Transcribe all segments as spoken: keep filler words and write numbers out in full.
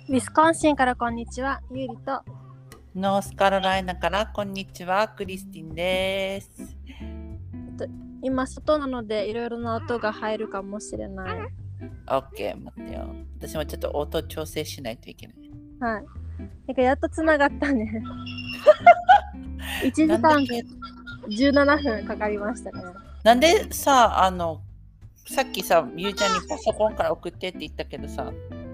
ウィスコンシンからこんにちは、ゆうりと。 ノースカロライナからこんにちは、クリスティンです。 えっと、今外なのでいろいろな音が入るかもしれない。 OK、待ってよ。私もちょっと音調整しないといけない。 はい。なんかやっとつながったね。いちじかんじゅうななふんかかりましたね。 なんでさ、あの、さっきさ、ゆうちゃんにパソコンから送ってって言ったけどさ、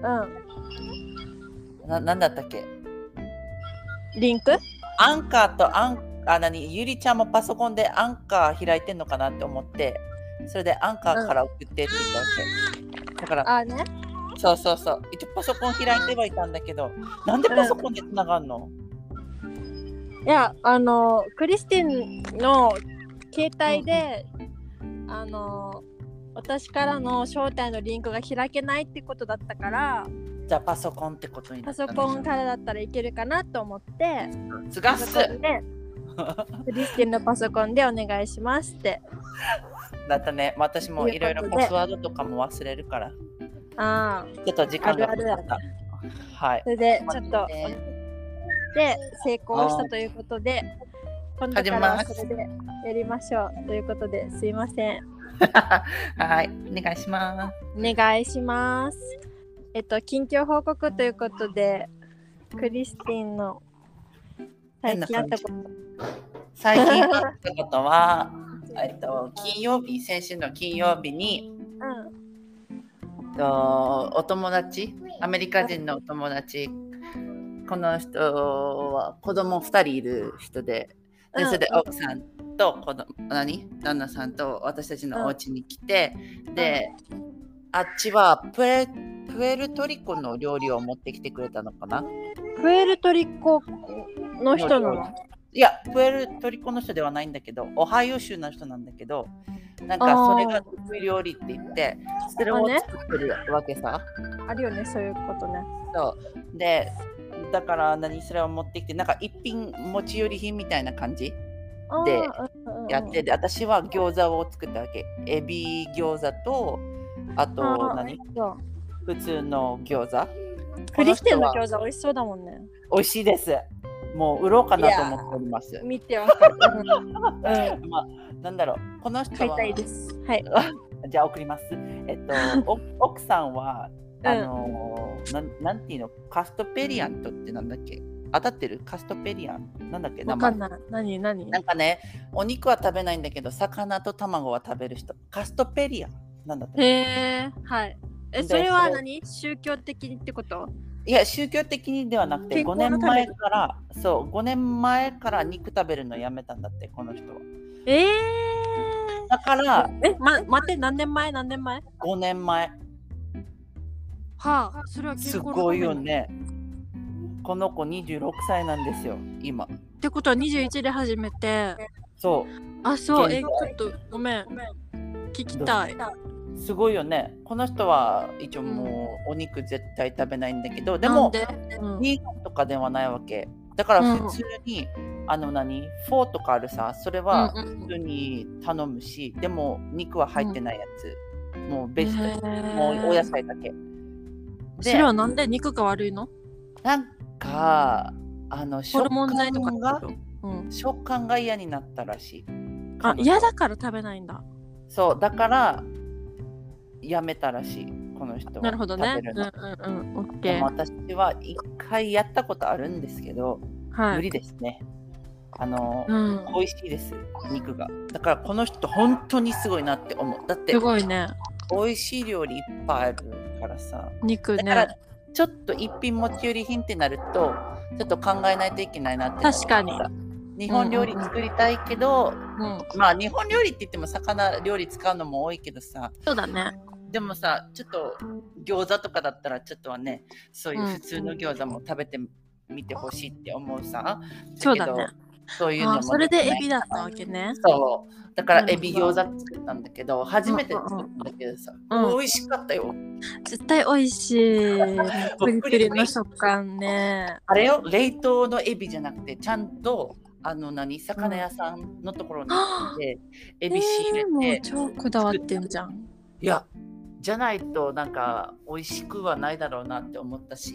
うん。 な、なんだったっけ？ リンク？ アンカーとアン、あ、なに、ゆりちゃんもパソコンでアンカー開いてんのかなって思って、それでアンカーから送ってって言ったわけ。だから、 あね。 そうそうそう。一応パソコン開いてはいたんだけど、なんでパソコンでつながんの？ いや、あの、クリスティンの携帯で、うん、あの、私からの招待のリンクが開けないってことだったから、 じゃあパソコンってことになった、 パソコンからだったらいけるかなと思って、 すがっすでクリスティンのパソコンでお願いしますってだったね。私もいろいろパスワードとかも忘れるから、 あちょっと時間がかかった。 あるあるはい。 それでちょっとで成功したということで、今度からはそれでやりましょうということで、すいません。 はい、お願いします。 お願いします。えっと近況報告ということで、クリスティンの最近あったこと。 最近あったことは、えっと金曜日、先週の金曜日に、うん、とお友達、アメリカ人のお友達、この人は子供ふたりいる人で、でそれで奥さんと子供、何旦那さんと私たちのお家に来て、うん、で、あっちはプエ、プエルトリコの料理を持ってきてくれたのかな。 プエルトリコの人なの？ いや、プエルトリコの人ではないんだけど、オハイオ州の人なんだけど、なんかそれが得意料理って言って、それを作ってるわけさ。 あるよね、そういうことね。 そうで、だから何それを持ってきて、なんか一品持ち寄り品みたいな感じでやって、で私は餃子を作ったわけ。エビ餃子と、あと何普通の餃子。 クリスティンの餃子美味しそうだもんね。 美味しいです。もう売ろうかなと思っております。 見てわかる。 うん、まあ、なんだろう、この人は買いたいです。はい。 じゃあ送ります。えっと奥さんはあのー、な, なんていうの、カストペリアントってなんだっけ？当たってる？カストペリアンなんだっけ？ わかんない。何何？ なんかね、お肉は食べないんだけど魚と卵は食べる人。カストペリアンなんだって。 へえ、はい。え、それは何？宗教的にってこと？ いや、宗教的にではなくて、ごねんまえからそうごねんまえから肉食べるのやめたんだって、この人は。 えー、 だからえ、ま、待って、何年前何年前 ? ご 年前。 はあ、それはすごいよね。この子にじゅうろくさいなんですよ、今。 ってことはにじゅういちで始めて。 そう。 あ、そう、え、ちょっとごめん。聞きたい。 すごいよね。この人は一応もうお肉絶対食べないんだけど、でもビーガンとかではないわけ。だから普通に、うん、あの何フォーとかあるさ、それは普通に頼むし、うんうん、でも肉は入ってないやつ、うん、もうベジタブル、もうお野菜だけで。それはなんで肉が悪いの？ なんかあのホルモン剤とかが、 うん、食感が嫌になったらしい。 あ、嫌だから食べないんだ。 そうだからやめたらしい、この人は。 なるほどね。 食べるの。 うんうんうん。 でも私は一回やったことあるんですけど、はい、無理ですね。あの、うん、美味しいです、肉が。だからこの人本当にすごいなって思う。だってすごいね。 美味しい料理いっぱいあるからさ。 肉ね。 だからちょっと一品持ち寄り品ってなると、ちょっと考えないといけないなって。 確かに。 日本料理作りたいけど、うんうん、まあ日本料理って言っても魚料理使うのも多いけどさ。 そうだね。 でもさ、ちょっと餃子とかだったらちょっとはね、そういう普通の餃子も食べてみてほしいって思うさ。 うん、そうだね。 そういうのも、ね、 それでエビだったわけね。 そう。だからエビ餃子作ったんだけど、うん、初めて作ったんだけどさ、うん、美味しかったよ。 絶対美味しい。プリプリの食感ね。 あれよ、冷凍のエビじゃなくて、ちゃんとあの何魚屋さんのところに行って、エビ仕入れて、 えー、もう超こだわってんじゃん。 いや、じゃないとなんか美味しくはないだろうなって思ったし、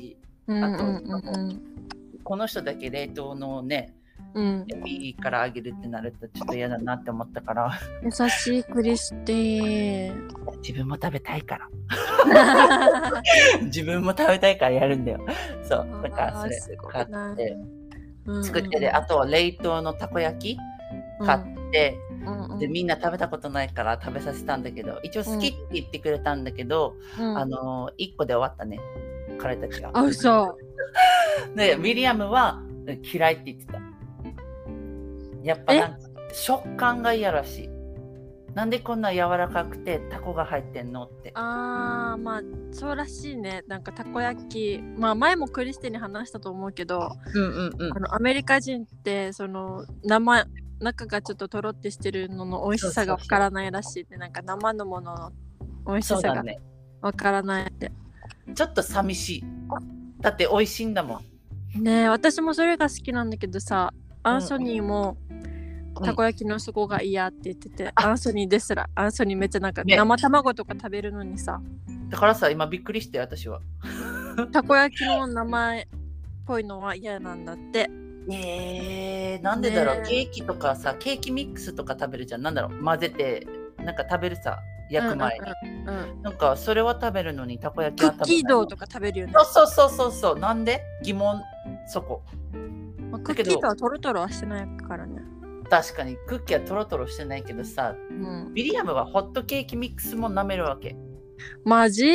あとこの人だけ冷凍のね、うん、エビからあげるってなるとちょっと嫌だなって思ったから。 優しいクリスティ。 自分も食べたいから自分も食べたいからやるんだよ。そうだからそれ買って作ってで、あとは冷凍のたこ焼き買って、うんうん、でみんな食べたことないから食べさせたんだけど、一応好きって言ってくれたんだけど、うん、あのいっこで終わったね、彼たちが。 あ、嘘。 でウィリアムは嫌いって言ってた。やっぱなんか食感が嫌らしい。なんでこんな柔らかくてタコが入ってんのって。 あー、まあそうらしいね。なんかたこ焼き、まあ前もクリステに話したと思うけど、うんうんうん、あのアメリカ人ってその生中がちょっととろってしてるのの美味しさがわからないらしいって。なんか生のものの美味しさがわからないって、ね、 ちょっと寂しい。だって美味しいんだもんね。え私もそれが好きなんだけどさ、アンソニーも、うん、たこ焼きの底が嫌って言ってて、うん、アンソニーですらアンソニーめっちゃなんか生卵とか食べるのにさ、ね、 だからさ今びっくりして私はたこ焼きの名前っぽいのは嫌なんだって。 えー、なんでだろう、ね、ケーキとかさ、ケーキミックスとか食べるじゃん。なんだろう、混ぜてなんか食べるさ、焼く前に、うんうんうん、なんかそれは食べるのにたこ焼きは食べない。 クッキードーとか食べるよね。 そうそうそうそう、なんで疑問そこ、 まあ、クッキードーはトロトロはしてないからね。 確かにクッキーはトロトロしてないけどさ、うん、ウィリアムはホットケーキミックスも舐めるわけ。 マジ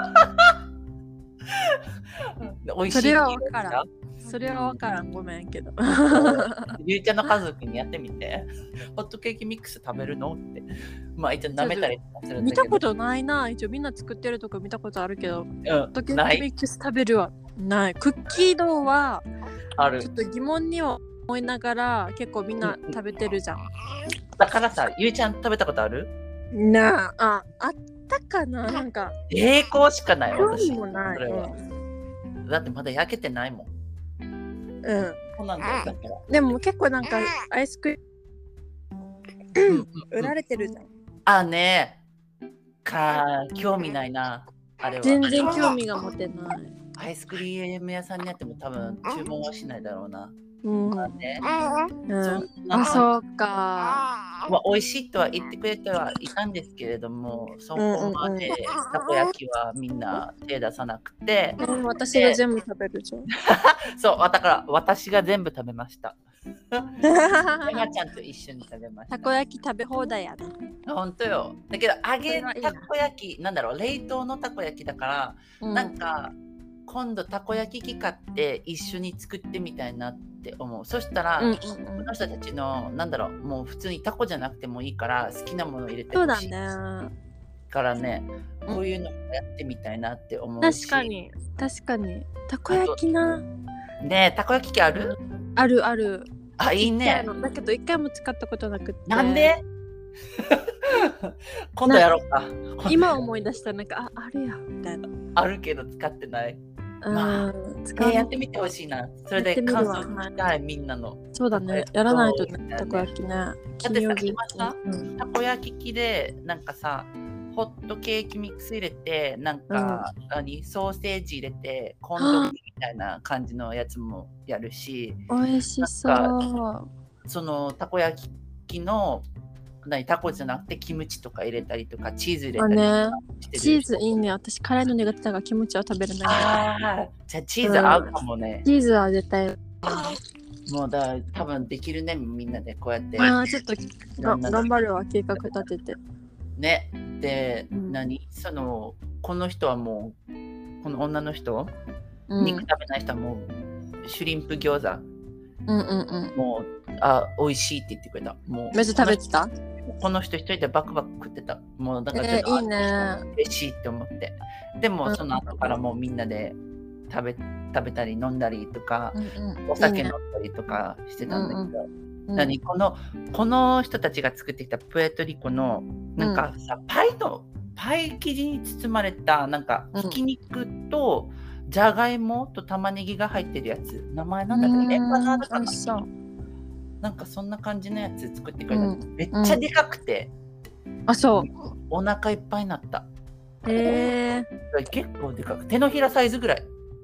美味しい。 それは分からん。それは分からん、ごめんけど。 ゆうちゃんの家族にやってみて。ホットケーキミックス食べるのって。まあ一応舐めたりするんだけど。 見たことないな。一応みんな作ってるとこ見たことあるけど、うん、ホットケーキミックス食べるはない。クッキードーはある。ちょっと疑問には思いながら結構みんな食べてるじゃん。 だからさ、ゆうちゃん食べたことある？ なあ、あ、あったかな、なんか。 栄光しかない私。 もない。それは、 うん、だってまだ焼けてないもん。 うん。 そうなんだよ、だから。 でも結構なんかアイスクリーム、うん、売られてるじゃん。 あねえ。か興味ないな。あれは。 全然興味が持てない。 アイスクリーム屋さんにあっても多分注文はしないだろうな。 うんまあね、 うん、そあ、そうか。 まあ、美味しいとは言ってくれてはいたんですけれども、そこまでたこ焼きはみんな手出さなくて、 うん、私が全部食べるじゃん。 そう、だから私が全部食べました。エマちゃんと一緒に食べました。 たこ焼き食べ放題やね。 本当よ。だけど揚げたこ焼き、なんだろう、冷凍のたこ焼きだから、うん、なんか今度たこ焼き器買って一緒に作ってみたいなって思う。そしたら、うんうんうん、この人たちのなんだろう、もう普通にタコじゃなくてもいいから好きなものを入れてほしい。 そうだね。 からね、こういうのもやってみたいなって思うし。 確かに確かに。たこ焼きな。 ねえ、たこ焼き器ある？ あるある。 あ、いいね。 だけど一回も使ったことなくて。 なんで？今度やろうか。 今思い出したなんか あ, あるやみたいな。 あるけど使ってない。まあ、使えやってみてほしいな。それで感想聞きたい、みんなの。 そうだね。やらないとね、たこ焼きね。だってさ、今さ、うん、たこ焼き器でなんかさ、ホットケーキミックス入れて、なんか、うん、何ソーセージ入れて、コンドミみたいな感じのやつもやるし、 美味しそう。 そのたこ焼き器の何タコじゃなくてキムチとか入れたりとかチーズ入れたりとかしてる、 ね、チーズいいね。私辛いの苦手だからキムチは食べれない。 あじゃあチーズ合うかもね、 うん、チーズは絶対もうだ多分できるね、みんなでこうやって。 あちょっとが頑張るわ、計画立ててね。で、うん、何そのこの人はもうこの女の人、うん、肉食べない人はもうシュリンプ餃子、 うんうんうん、 もうあ美味しいって言ってくれた。もうめっちゃ食べてた。 この人一人でバクバク食ってた。もうだからちょっと、 えー、いいね、 嬉しいって思って。でもその後からもうみんなで食べ食べたり飲んだりとか、うんうん、お酒飲んだりとかしてたんだけど、うんうん、何このこの人たちが作ってきたプエトリコのなんかさ、うん、パイのパイ生地に包まれたなんかひき肉と、うん、じゃがいもと玉ねぎが入ってるやつ、名前なんだっけ、エンパナードかな、なんかそんな感じのやつ作ってくれた、うん、めっちゃでかくて、 うん、あそうお腹いっぱいになった。 へえー、 結構でかく、手のひらサイズぐらい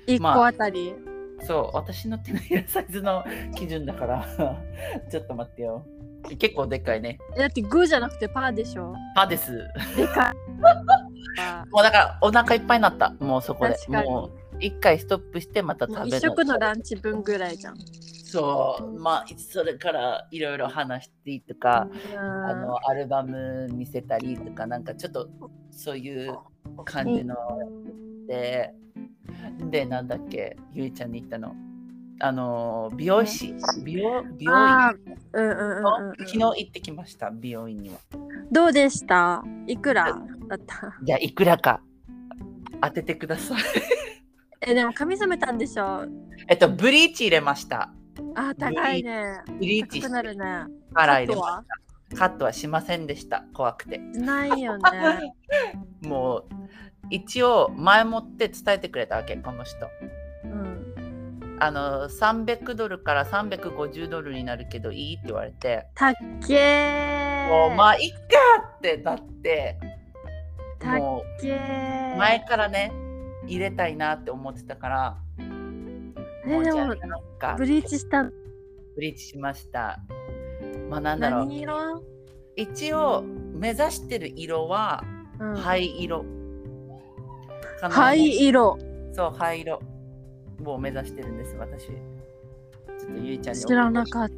いっこあたり、 まあ、そう私の手のひらサイズの基準だからちょっと待ってよ。結構でっかいね。 だってグーじゃなくてパーでしょ。 パーです。 でかい。 もうだからお腹いっぱいになった。もうそこで確かにもう一回ストップしてまた食べる。 一食のランチ分ぐらいじゃん。 そうまあそれからいろいろ話していいとか、あのアルバム見せたりとかなんかちょっとそういう感じので、でなんだっけゆいちゃんに言ったのあの美容師美容美容院、 うんうんうんうん、 昨日行ってきました。美容院には。 どうでした？いくらだった？ じゃあいくらか当ててください。 えでも髪染めたんでしょ？ えっとブリーチ入れました。 あ高いね。 ブリーチ高くなるね。 カラー入れました。カットはしませんでした。怖くて。 ないよね。 もう一応前もって伝えてくれたわけこの人。 うん。 あのさんびゃくドルからさんびゃくごじゅうドルになるけどいいって言われて。 たっけー。 もうまあいっかってなって。もう前からね入れたいなって思ってたから。 えでもブリーチしたブリーチしました。まあなんだろう。 何色？ 一応目指してる色は灰色。 うん、灰色。 そう灰色を目指してるんです私。ちょっとゆいちゃんに知らなかった。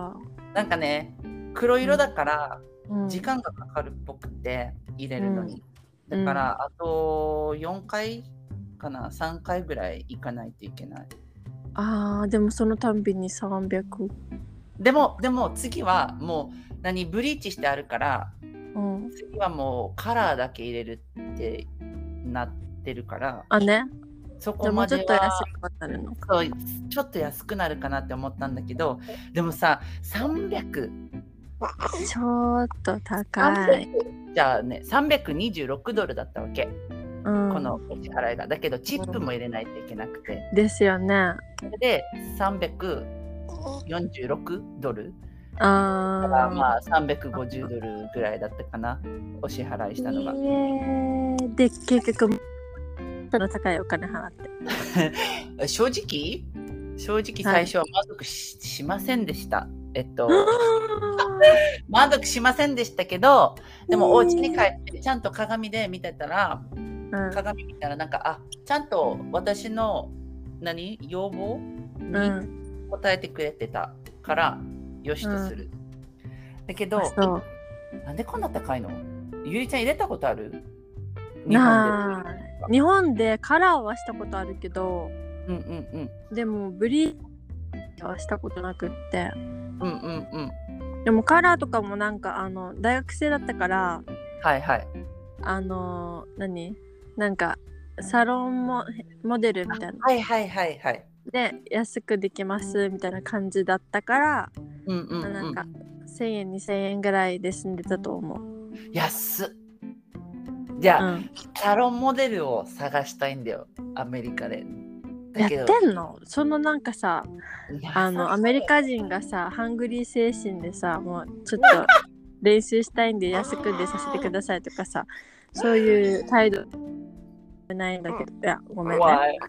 なんかね黒色だから時間がかかるっぽくて入れるのに、うん、だからあとよんかいかなさんかいぐらい行かないといけない。 あーでもそのたんびにさんびゃく。 でもでも次はもう何ブリーチしてあるから、うん、次はもうカラーだけ入れるってなってるからあねそこまではでもちょっと安くなるのか。 そうちょっと安くなるかなって思ったんだけどでもささんびゃくちょっと高い。 じゃあねさんびゃくにじゅうろくドルだったわけ。 うん、 このお支払いがだけどチップも入れないといけなくて、 うん、ですよね。 でさんびゃくよんじゅうろくドルあだからまあさんびゃくごじゅうドルぐらいだったかなお支払いしたのが、えー、で結局その高いお金払って正直正直最初は満足 し,、はい、しませんでしたえっと満足しませんでしたけどでもお家に帰ってちゃんと鏡で見てたら鏡見たらなんかあちゃんと私の何要望に答えてくれてたから、うん、よしとする、うん、だけどなんでこんな高いの？ゆりちゃん入れたことある？ 日本で日本でカラーはしたことあるけど、 うんうんうん、 でもブリーチはしたことなくって、 うんうんうん、 でもカラーとかもなんかあの大学生だったからはいはいあの何なんかサロンモモデルみたいなはいはいはいはいで安くできますみたいな感じだったから、 うんうんうん、 なんかせんえんにせんえんぐらいで済んでたと思う。 安っ。じゃあ、うん、サロンモデルを探したいんだよアメリカで。 やってんの？そのなんかさあのアメリカ人がさハングリー精神でさもうちょっと練習したいんで安くでさせてくださいとかさそういう態度ないんだけど、いやごめんね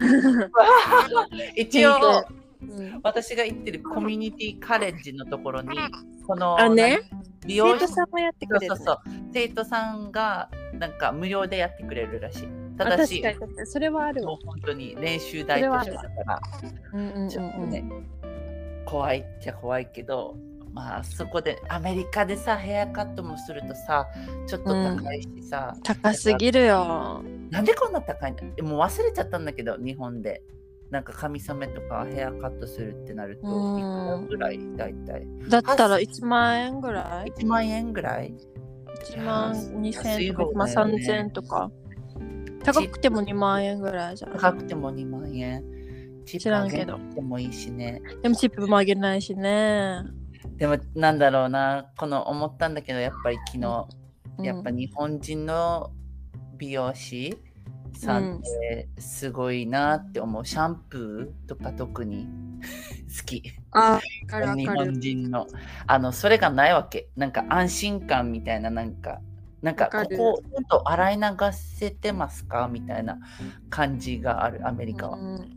一応、うん、私が行ってるコミュニティカレッジのところにこのあ、ね、 美容生徒さんもやってくれる、ね、 そうそうそう生徒さんがなんか無料でやってくれるらしい。ただし確かにそれはあるわ。 もう本当に練習代としてだからちょっとね怖いっちゃ怖いけどまあそこでアメリカでさヘアカットもするとさちょっと高いしさ、 うん、高すぎるよ。 なんでこんな高いんだもう忘れちゃったんだけど日本でなんか髪染めとかヘアカットするってなるといくらぐらいだいたいだったらいちまんえんぐらいいちまんえんぐらいいちまんにせんえんとか、ね、まあ、さんぜんえんとか高くてもにまんえんぐらいじゃん。 高くてもにまんえんチップあげなくてもいいしね。 でもチップもあげないしね。 でもなんだろうなこの思ったんだけどやっぱり昨日、うん、やっぱ日本人の美容師さんってすごいなって思う、うん、シャンプーとか特に好き。 あ日本人のあのそれがないわけ。なんか安心感みたいななんかなんかここちょっと洗い流せてますかみたいな感じがあるアメリカは、 うん、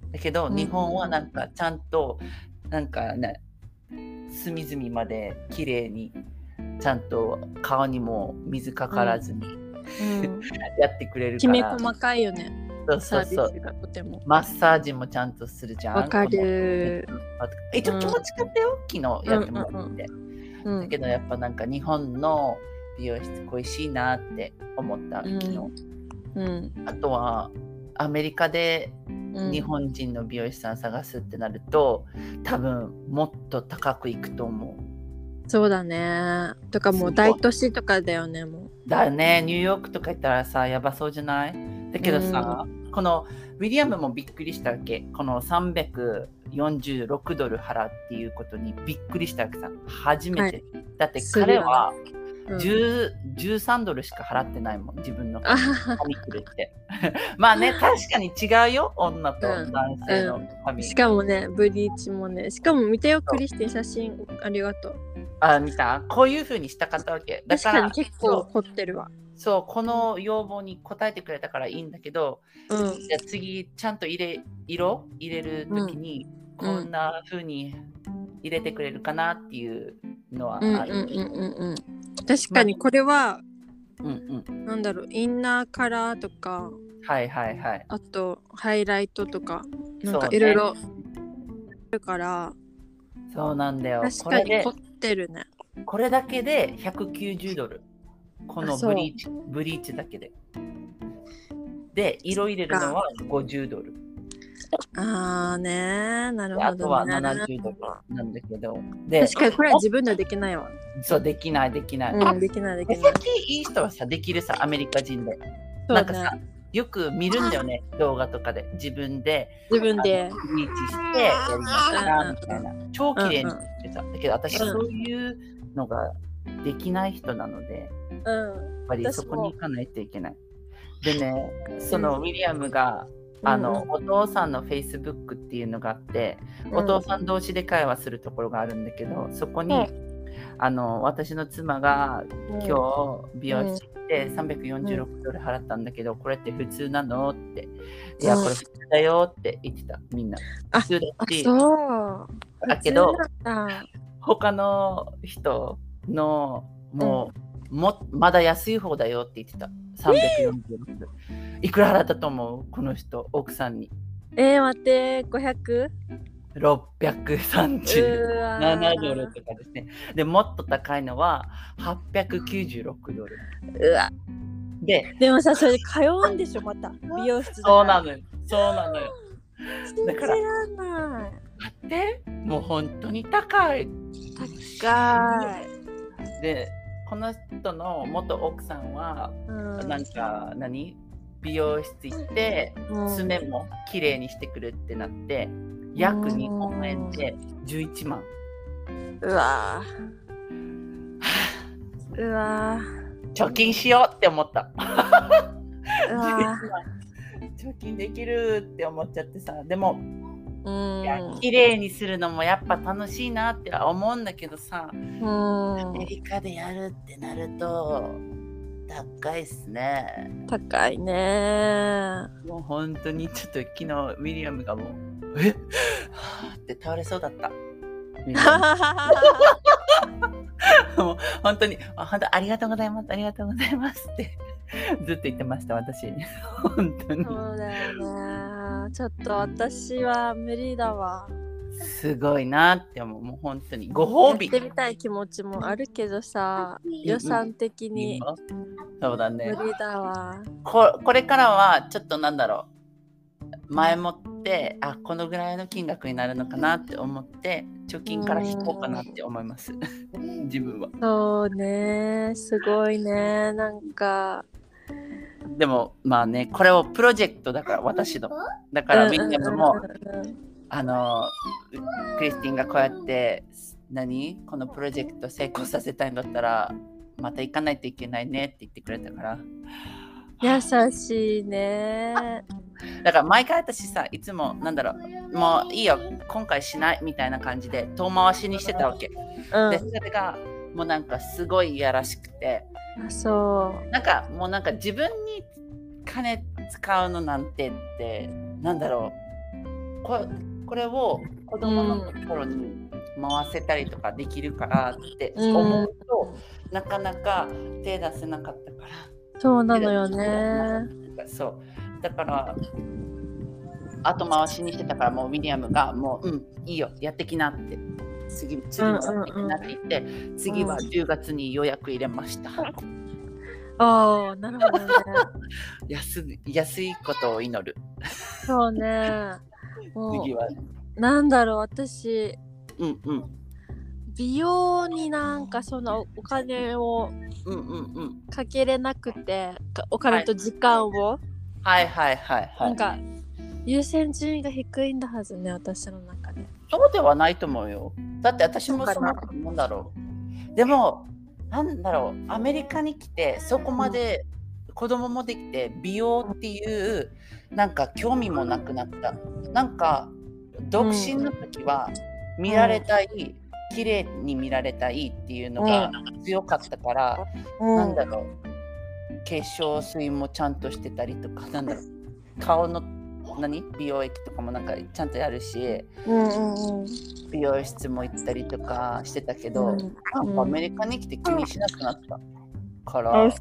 だけどうん日本はなんかちゃんとなんかね隅々まで綺麗にちゃんと顔にも水かからずに、 うん、 やってくれるきめから、 細かいよね。 そうサそうそうービスがとても。 マッサージもちゃんとするじゃん。 わかる。 この一応気持ちかったよ、昨日やってもらって、 うんうんうん、 だけどやっぱなんか日本の美容室恋しいなって思った、昨日、 うんうん、 あとはアメリカで日本人の美容師さん探すってなると、うん、多分もっと高くいくと思う。 そうだね。とかもう大都市とかだよね。もうだよね。ニューヨークとか行ったらさやばそうじゃない？だけどさ、うん、このウィリアムもびっくりしたわけ。このさんびゃくよんじゅうろくドル払うっていうことにびっくりしたわけさ。初めて、はい、だって彼はじゅう、じゅうさんドルしか払ってないもん、自分の髪くるってまあね、確かに違うよ、女と男性の髪、 うんうん、しかもね、ブリーチもね、しかも見てよ、クリスティン写真ありがとう。 あ、見た？こういう風にしたかったわけだから。 確かに結構凝ってるわ。 そう、この要望に応えてくれたからいいんだけど、うん、じゃあ次ちゃんと入れ色入れるときに、うん、こんな風に入れてくれるかなっていうのはある。 うんうんうんうんうん、確かにこれは、 ま、うんうん、 なんだろう、インナーカラーとか、 はいはいはい、 あとハイライトとかなんかいろいろあるから、 そうなんだよ。 確かに凝ってるね。 これだけでひゃくきゅうじゅうドル。このブリーチ、ブリーチだけで。で、色入れるのはごじゅうドル。 あーねー、なるほど、ね。 あとはななじゅうドルなんだけど。 で確かにこれは自分ではできないわ。 そう、できないできない。 うん、できないできない。 いい人はさ、できるさ、アメリカ人で。ね、なんかさ、よく見るんだよね、動画とかで。自分で。 自分で。 ブリーチしてやりましたみたいな。超綺麗にしてさ。だけど私、そういうのができない人なので、うん、やっぱりそこに行かないといけない。でね、そのウィリアムが、あの、うん、お父さんのフェイスブックっていうのがあって、うん、お父さん同士で会話するところがあるんだけど、そこに、うん、あの私の妻が今日美容室行ってさんびゃくよんじゅうろくドル払ったんだけど、これって普通なのって、いやこれ普通だよって言ってた、みんな。普通だし、 そうだけど他の人のもう、うん、もまだ安い方だよって言ってた。さんびゃくよんじゅうろくドル、えー、いくら払ったと思う？この人、奥さんに。 えー、待って、ごひゃく？ ろっぴゃくさんじゅうななドルとかですね。で、もっと高いのははっぴゃくきゅうじゅうろくドル。 うわ。 で、 でもさ、それで通うんでしょ、また。美容室そうなのよ。そうなのよ。 信じらんない。 待って、もう本当に高い。 高い。で、この人の元奥さんは、うん、なんか何美容室行って爪も綺麗にしてくるってなって、うん、約日本円でじゅういちまん。 うわーうわー貯金しようって思ったうわ貯金できるって思っちゃってさ。でもいや綺麗にするのもやっぱ楽しいなって思うんだけどさ、アメリカでやるってなると高いっすね。 高いね。 もう本当にちょっと昨日ウィリアムがもうえっって倒れそうだったもう本当に本当ありがとうございますありがとうございますってずっと言ってました、私。本当に。 そうだよね。ちょっと私は無理だわ。 すごいなって思う。もう本当にご褒美。 やってみたい気持ちもあるけどさ、予算的にそうだね。 無理だわ。 こ、これからはちょっとなんだろう。前もってあこのぐらいの金額になるのかなって思って貯金から引こうかなって思います自分は。 そうね、すごいね。なんかでもまあね、これをプロジェクトだから私のだからウィリアムも、あのクリスティンがこうやって何このプロジェクト成功させたいんだったらまた行かないといけないねって言ってくれたから優しいね。 だから毎回私さ、いつもなんだろう、もういいよ今回しないみたいな感じで遠回しにしてたわけ、うん、でそれがもうなんかすごいいやらしくて、 あそうなんかもうなんか自分に金使うのなんてってなんだろうこれ、これを子供の頃に回せたりとかできるからって思うと、うん、なかなか手出せなかったから。 そうなのよね。 そうだから後回しにしてたから、もうウィリアムがもううんいいよやってきなって次次もやってきなって言って、うんうん、次はじゅうがつに予約入れました。 ああ、なるほどね。 安安いことを祈る。 そうね。もう次はなんだろう、私、 うんうん、 美容になんかそのお金をかけれなくて、お金と時間を、 はいはいはいはい、 なんか優先順位が低いんだはずね、私の中で。 そうではないと思うよ。だって私もそのもんだろう。でもなんだろう、アメリカに来てそこまで子供もできて美容っていうなんか興味もなくなった。なんか独身の時は見られたい、うん、綺麗に見られたいっていうのが強かったから、うん、なんだろう、化粧水もちゃんとしてたりとか、なんだろう、顔の何美容液とかもなんかちゃんとやるし、うんうんうん、美容室も行ったりとかしてたけど、うん、なんかアメリカに来て気にしなくなったから、うん、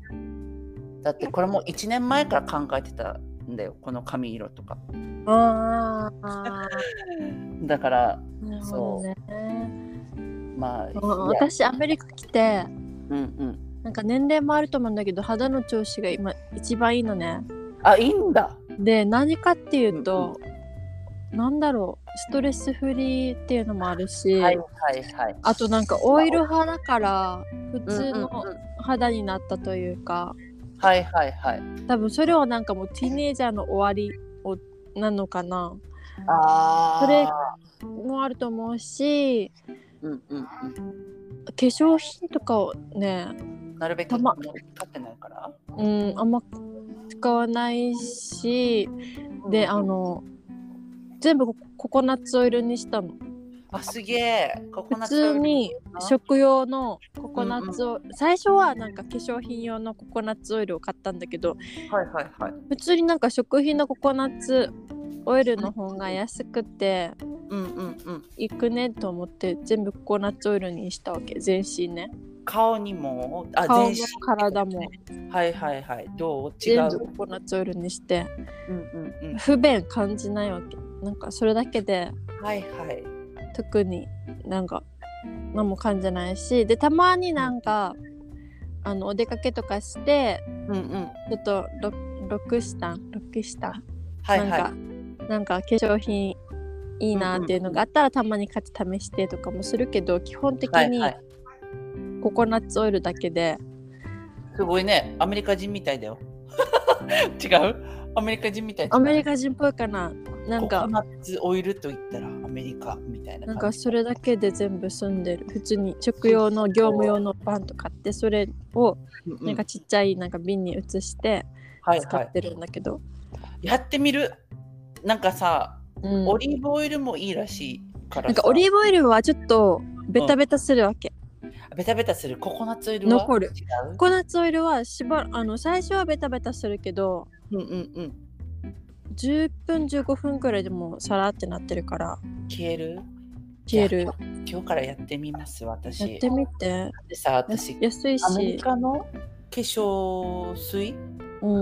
だってこれもいちねんまえから考えてたんだよ、この髪色とか。あだから、ね、そうまあ私アメリカ来て、うんうん、なんか年齢もあると思うんだけど肌の調子が今一番いいのね。 あ、いいんだ。 で何かっていうと、うんうん、なんだろう、ストレスフリーっていうのもあるし、はいはいはい、あとなんかオイル派だから普通の肌になったというか、うんうんうん、 はいはいはい、 多分それはなんかもうティーネイジャーの終わりをなのかな。あ、それもあると思うし、うんうんうん、化粧品とかをね、 なるべく使ってないから、 うん、あんま使わないし、で、あの全部ココナッツオイルにしたの。 あ、すげえ。 普通に食用のココナッツオイル、うんうん、最初はなんか化粧品用のココナッツオイルを買ったんだけど、 はいはいはい、 普通になんか食品のココナッツオイルの方が安くて、うんうんうん、いくねと思って全部ココナッツオイルにしたわけ、全身ね。 顔にも、 あ、顔も体も、 はいはいはい、どう違う？ 全部ココナッツオイルにして、うんうんうん、不便感じないわけ。なんかそれだけで、はいはい、特になんか何も感じないし、でたまになんか、うん、あのお出かけとかして、うんうん、ちょっとロロクシタンロキシタン、はいはい、なんかなんか化粧品いいなっていうのがあったら、たまに買って試してとかもするけど、基本的にココナッツオイルだけで。 すごいね、アメリカ人みたいだよ。違う？アメリカ人みたい。 アメリカ人っぽいかな。なんかココナッツオイルと言ったらアメリカみたいな。 なんかそれだけで全部済んでる。普通に食用の業務用のパンと買って、それをなんかちっちゃいなんか瓶に移して使ってるんだけど、 はいはい、やってみる。なんかさ、うん、オリーブオイルもいいらしいからさ。 なんかオリーブオイルはちょっとベタベタするわけ、 うん、ベタベタする。ココナッツオイルは残る。ココナッツオイルはしばあの最初はベタベタするけど、うんうんうん、じゅっぷんじゅうごふんくらいでもうサラってなってるから消える。 消える。 今日からやってみます。私やってみて。 でさ、私安いし、 アメリカの化粧水、うん、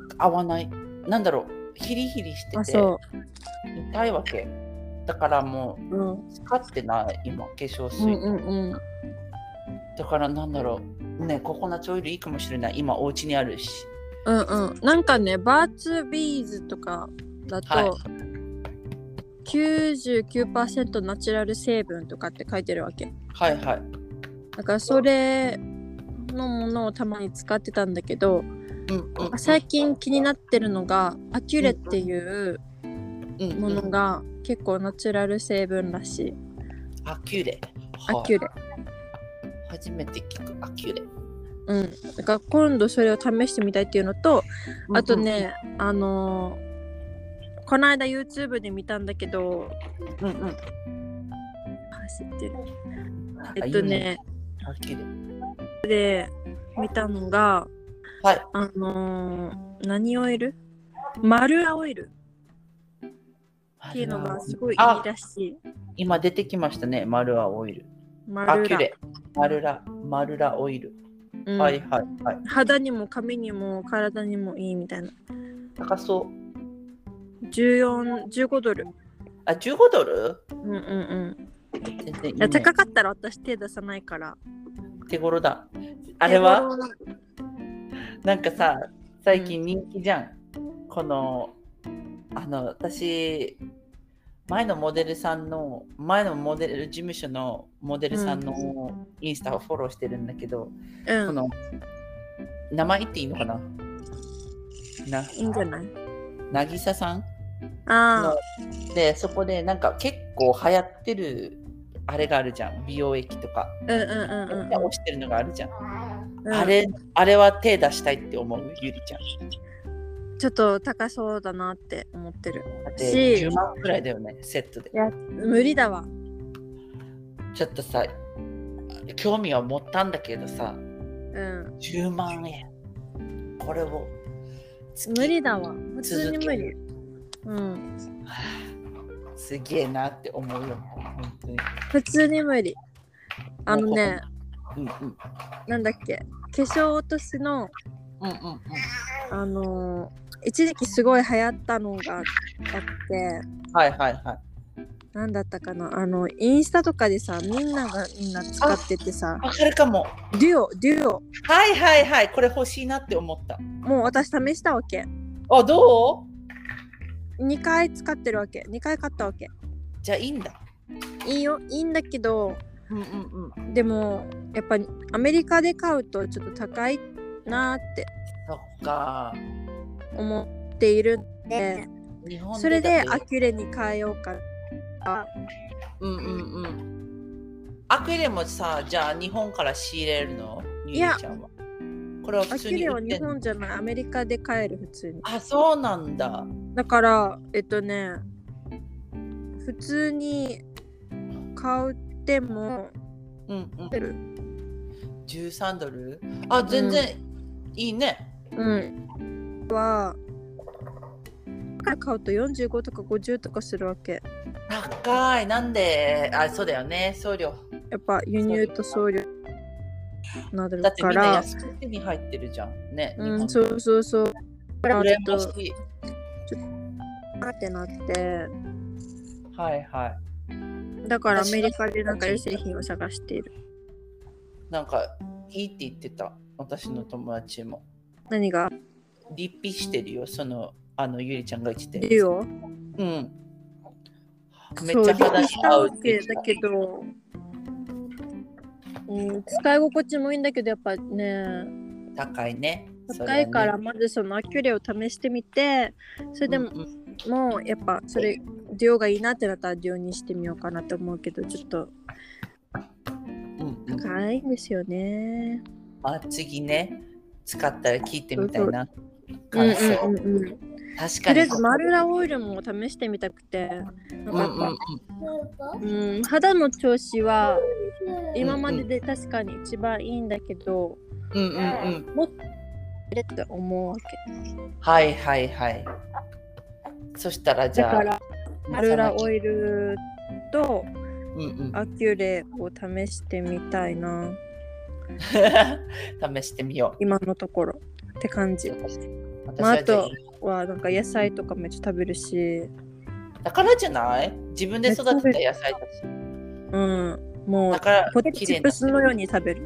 合わない。なんだろう、ヒリヒリしてて痛いわけだから、もう、うん、使ってない今化粧水、うんうんうん、だからなんだろうね、ココナッツオイルいいかもしれない。今お家にあるし、 うんうん、なんかね、バーツビーズとかだと、はい、きゅうじゅうきゅうパーセント ナチュラル成分とかって書いてるわけ。 はいはい。 だからそれのものをたまに使ってたんだけど、うんうんうん、最近気になってるのがアキュレっていうものが結構ナチュラル成分らしい。 アキュレ、 アキュレ、 初めて聞く。アキュレ、 うん、だから今度それを試してみたいっていうのと、あとね、うんうん、あのー、この間 YouTube で見たんだけど、うんうん、あ、知ってる。えっとね、 アキュレで見たのが、はい、あのー、何オイル？マルアオイル。 マっていうのがすごいいいらしい。 今出てきましたね、マルラオイル。 マルラアキュレ。マルラ、マルラオイル。うん、はいはいはい。 肌にも髪にも体にもいいみたいな。 高そう。 じゅうよん、じゅうごドル。 あ、じゅうごドル？ うんうんうん。 全然いいね。 いや高かったら私手出さないから。 手頃だ。あれはなんかさ、最近人気じゃん。うん、この、あの、私、前のモデルさんの、前のモデル事務所のモデルさんのインスタをフォローしてるんだけど、うん、この、名前言っていいのかな？な、 いいんじゃない？ なぎささんあので、そこでなんか結構流行ってるあれがあるじゃん。美容液とか。 うんうんうんうん。 押してるのがあるじゃん。うん、あれ、あれは手出したいって思う、ゆりちゃん。 ちょっと高そうだなって思ってるし、じゅうまんくらいだよね、セットで。 いや、無理だわ。 ちょっとさ、興味は持ったんだけどさ、 うん、 じゅうまんえん。これを。 無理だわ。普通に無理。うん。 すげえなって思うよ、本当に。 普通に無理。あのね、 うんうん、 なんだっけ、化粧落としの、 うんうんうん、 あのー、一時期すごい流行ったのがあって、 はいはいはい。 なんだったかな、あのインスタとかでさ、みんながみんな使っててさ、 わかるかも。 デュオデュオ。 はいはいはい、これ欲しいなって思った。 もう私試したわけ。 あ、どう？にかい使ってるわけ。にかい買ったわけ。 じゃあいいんだ。 いいよ、いいんだけど、 うんうんうん、 でもやっぱりアメリカで買うとちょっと高いなーってそっか思っているんで、 日本でそれでアキュレに変えようか。 うんうんうん。アキュレもさ、じゃあ日本から仕入れるの？ いや、 これは普通に売ってんの？ アキュレは日本じゃない、アメリカで買える、普通に。 あ、そうなんだ。 だからえっとね、普通に買っても、 うんうん、じゅうさんドル？あ、全然いいね。 うん。は買うとよんじゅうごとかごじゅうとかするわけ。 高い。なんで？あ、そうだよね、送料。 やっぱ輸入と送料なるから。 だってみんな安く手に入ってるじゃんね。 うん、そうそうそう。 羨ましい。 ちょっとってなって。 はいはい。 だからアメリカでなんかいい製品を探している。 なんかいいって言ってた、私の友達も。 何が？ リピしてるよ、そのあのゆりちゃんが言ってた。 リオ？ うん。 めっちゃ肌に合うってだけど、うん、使い心地もいいんだけどやっぱね、 高いね。 高いから、まずそのアキュレを試してみて、それでも、うんうん、もうやっぱそれデュオがいいなってなったらデュオにしてみようかなと思うけど、ちょっと高いんですよね。 あ、次ね、使ったら聞いてみたいな。 感想。うんうんうん、確かに。とりあえずマルラオイルも試してみたくて、なんかやっぱ、うんうんうん、肌の調子は今までで確かに一番いいんだけど、 うんうんうん、 もっとって思うわけ。 はいはいはい。そしたらじゃあ、 だからマルラオイルとアキュレを試してみたいな。 試してみよう。 今のところって感じ。まあ、あとはなんか野菜とかめっちゃ食べるし。 だからじゃない？自分で育てた野菜だし。 うん。もうポテトチップスのように食べる。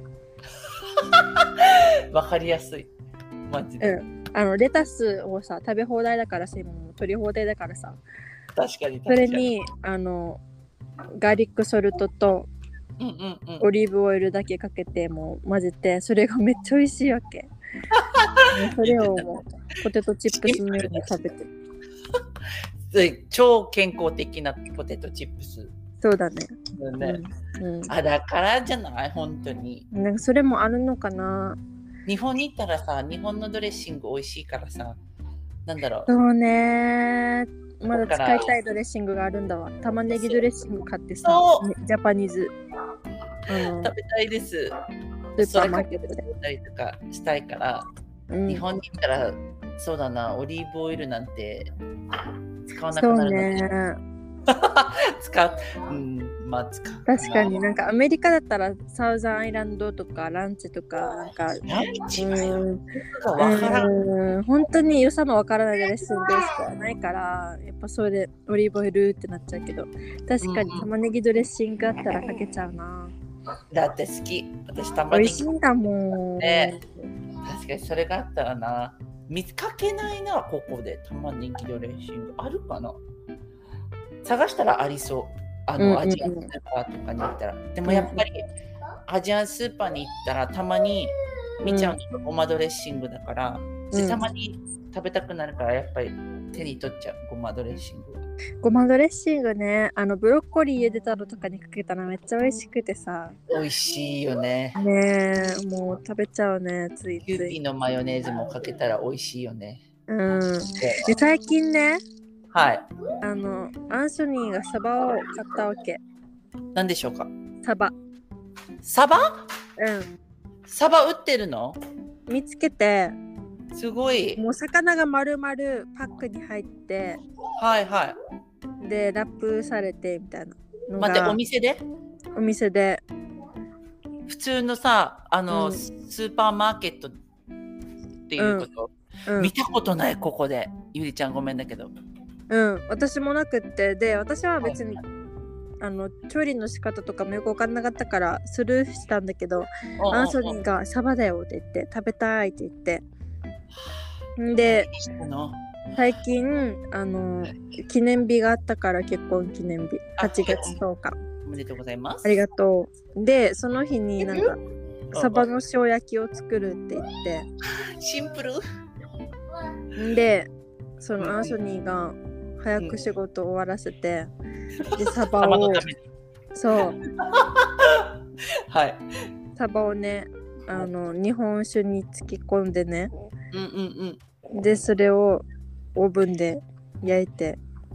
わかりやすい。マジで。 うん。あのレタスをさ、食べ放題だからさ、今も取り放題だからさ。 確かに確かに。 それにあのガーリックソルトと、うんうんうん、オリーブオイルだけかけてもう混ぜて、それがめっちゃ美味しいわけ。それをもうポテトチップスのように食べてる。超健康的なポテトチップス。 そうだね。 ね、うんうん、あ、だからじゃない本当に。 なんかそれもあるのかな。 日本に行ったらさ、日本のドレッシング美味しいからさ、なんだろう。 そうね。まだ使いたいドレッシングがあるんだわ。玉ねぎドレッシング買ってさ、ジャパニーズ。 食べたいです。 スーパーマーケットで食べたりとかしたいから、うん、日本に行ったらそうだな、オリーブオイルなんて使使わなくなるので、 ね使う、うん、まあ使う。 確かになんかアメリカだったらサウザンアイランドとかランチとかなんかランチはようんくがわからん。 うん本当に良さのわからないドレッシングしかないからやっぱそれでオリーブオイルってなっちゃうけど確かに玉ねぎドレッシングあったらかけちゃうな。 だって好き。私玉ねぎ美味しいんだもん。 ね確かにそれがあったらな。見かけないな、ここで玉ねぎドレッシング。あるかな探したらありそう。あの、 うんうんうんアジアンスーパーとかに行ったら。でもやっぱり、アジアンスーパーに行ったらたまに見ちゃうのがごまドレッシングだから、 うんたまに食べたくなるからやっぱり手に取っちゃうごまドレッシングは。 ごまドレッシングね、あのブロッコリー茹でたのとかにかけたらめっちゃ美味しくてさ。 美味しいよね。 ねえ、もう食べちゃうね、ついつキューピーい。 のマヨネーズもかけたら美味しいよね。 うん。で、最近ね、 はい。 あの、アンソニーがサバを買ったわけ。 何でしょうか。 サバ。 サバ？ うん。 サバ売ってるの？ 見つけて、 すごい。 もう魚が丸々パックに入って、 はいはい。 で、ラップされてみたいなのが。 待って、お店で？ お店で。 普通のさ、あの、 うんスーパーマーケットっていうこと、 うん、 見たことない、ここで。ゆりちゃんごめんだけど。 うん、私もなくってで私は別に、はい、あの調理の仕方とかもよく分かんなかったからスルーしたんだけど、アンソニーがサバだよって言って食べたいって言ってで最近あの記念日があったから結婚記念日はちがつとおかおめでとうございます。 ありがとう。でその日になんかサバの塩焼きを作るって言ってシンプルでそのアンソニーが早く仕事終わらせて、うん、でサバをそうはいサバをねあの日本酒に漬け込んでね、 うんうんうん、 でそれをオーブンで焼いて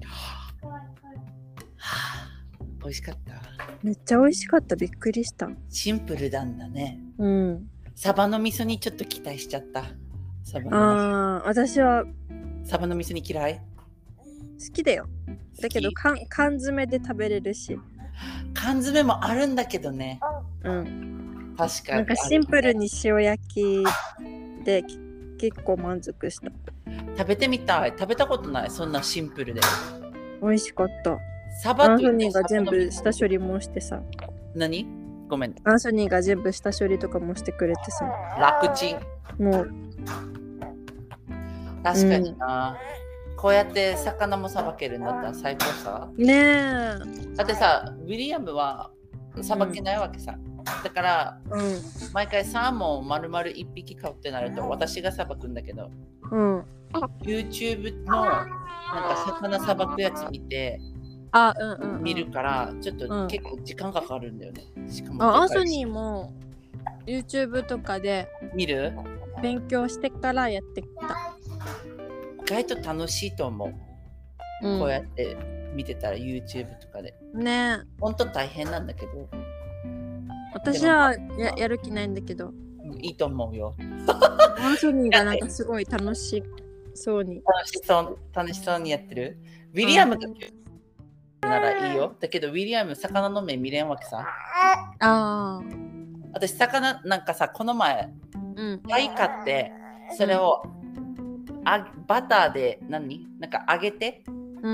美味しかった。 めっちゃ美味しかった。びっくりした。 シンプルなんだね。 うんサバの味噌にちょっと期待しちゃった。サバのあー私はサバの味噌に嫌い好きだよ。だけど缶詰で食べれるし缶詰もあるんだけどね。 うん確かになんかシンプルに塩焼きで結構満足した。 食べてみたい。食べたことない。そんなシンプルで美味しかった。 サバアンソニーが全部下処理もしてさ。 何ごめん。 アンソニーが全部下処理とかもしてくれてさ。 楽ちん。 もう確かにな、うん、こうやって魚もさばけるんだったら最高さ。 ねえ。 だってさ、ウィリアムはさばけないわけさ。うん、だから、うん、毎回サーモンを丸々いっぴき買うってなると私がさばくんだけど、うん、YouTube のなんか魚さばくやつ見て、 あ、うんうんうん、 見るからちょっと結構時間かかるんだよね。しかもあ、アンソニーも YouTube とかで見る？ 勉強してからやってきた。 意外と楽しいと思う、うん、こうやって見てたら YouTube とかでね。 ほんと大変なんだけど私は や, やる気ないんだけどいいと思うよ。 アンソニーがなんかすごい楽しそうに楽しそう楽しそうにやってる。ウィリアムが、うん、ならいいよ。だけどウィリアム魚の目見れんわけさ。 あ私魚なんかさこの前貝、うん、買ってそれを、うんあバターで何なんか揚げて、うん、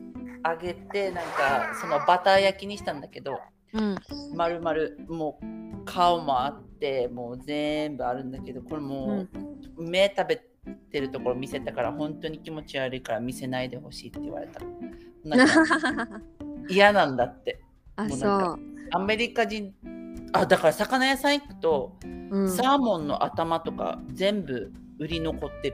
揚げてなんかそのバター焼きにしたんだけど、うん、丸々もう顔もあってもう全部あるんだけどこれもう、うん、目食べてるところ見せたから本当に気持ち悪いから見せないでほしいって言われた。なんか嫌なんだって。 あもうなんかそうアメリカ人あだから魚屋さん行くと、うん、サーモンの頭とか全部売り残ってる。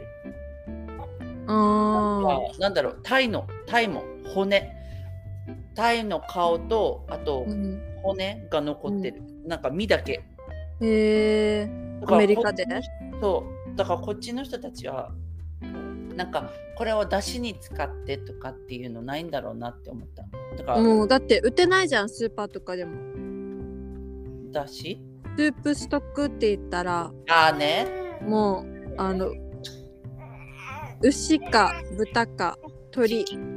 あなんだろうタイのタイも骨タイの顔とあと骨が残ってる、うん、なんか身だけ。 へえアメリカでそうだからこっちの人たちはなんかこれを出汁に使ってとかっていうのないんだろうなって思った。だからもうだって売ってないじゃんスーパーとかでも出汁スープストックって言ったらあーねもうあの牛か豚か鶏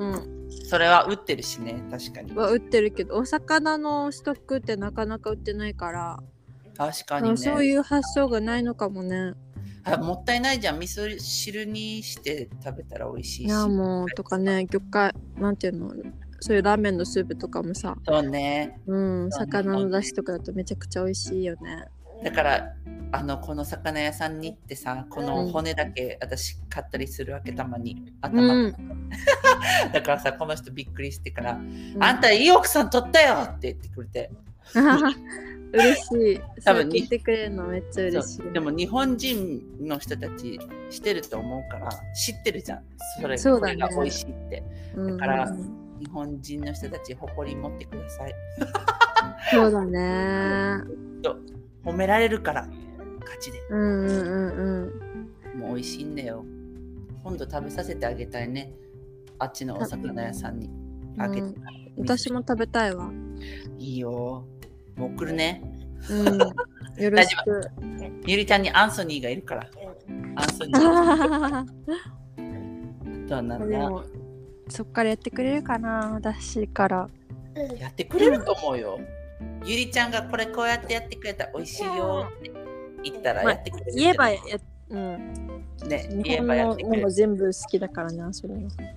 うん。 それは売ってるしね、確かに。 は売ってるけど、お魚のストックってなかなか売ってないから、 確かにね。 そういう発想がないのかもね。 あ、もったいないじゃん。味噌汁にして食べたら美味しいし。 いやもうとかね、魚介なんていうの、そういうラーメンのスープとかもさ、 そうね。 うん、 そうね魚の出汁とかだとめちゃくちゃ美味しいよね。 だからあのこの魚屋さんに行ってさ、この骨だけ私買ったりするわけ、たまに頭、 うん、 だからさ、この人びっくりしてから、 うん、 あんたいい奥さん取ったよって言ってくれて嬉しい。 多分そう言ってくれるのめっちゃ嬉しい。 でも日本人の人たちしてると思うから知ってるじゃん、それ、 そうだね、 これが美味しいって。だから、 うんうん、 日本人の人たち誇り持ってください。 そうだね。 褒められるから勝ちで。 うんうんうんうん。もう美味しいんだよ。今度食べさせてあげたいね。あっちのお魚屋さんにあげて、うん、 私も食べたいわ。いいよ。もう来るね。 うん。よろしく。 ゆりちゃんにアンソニーがいるから。アンソニー。どうなんだ。 そっからやってくれるかな、私から。 やってくれると思うよ。ゆりちゃんがこれこうやってやってくれたら美味しいよって言ったらやってくれる、 まあ、言えばや、うん。 ね、 日本のもの全部好きだからね、それは。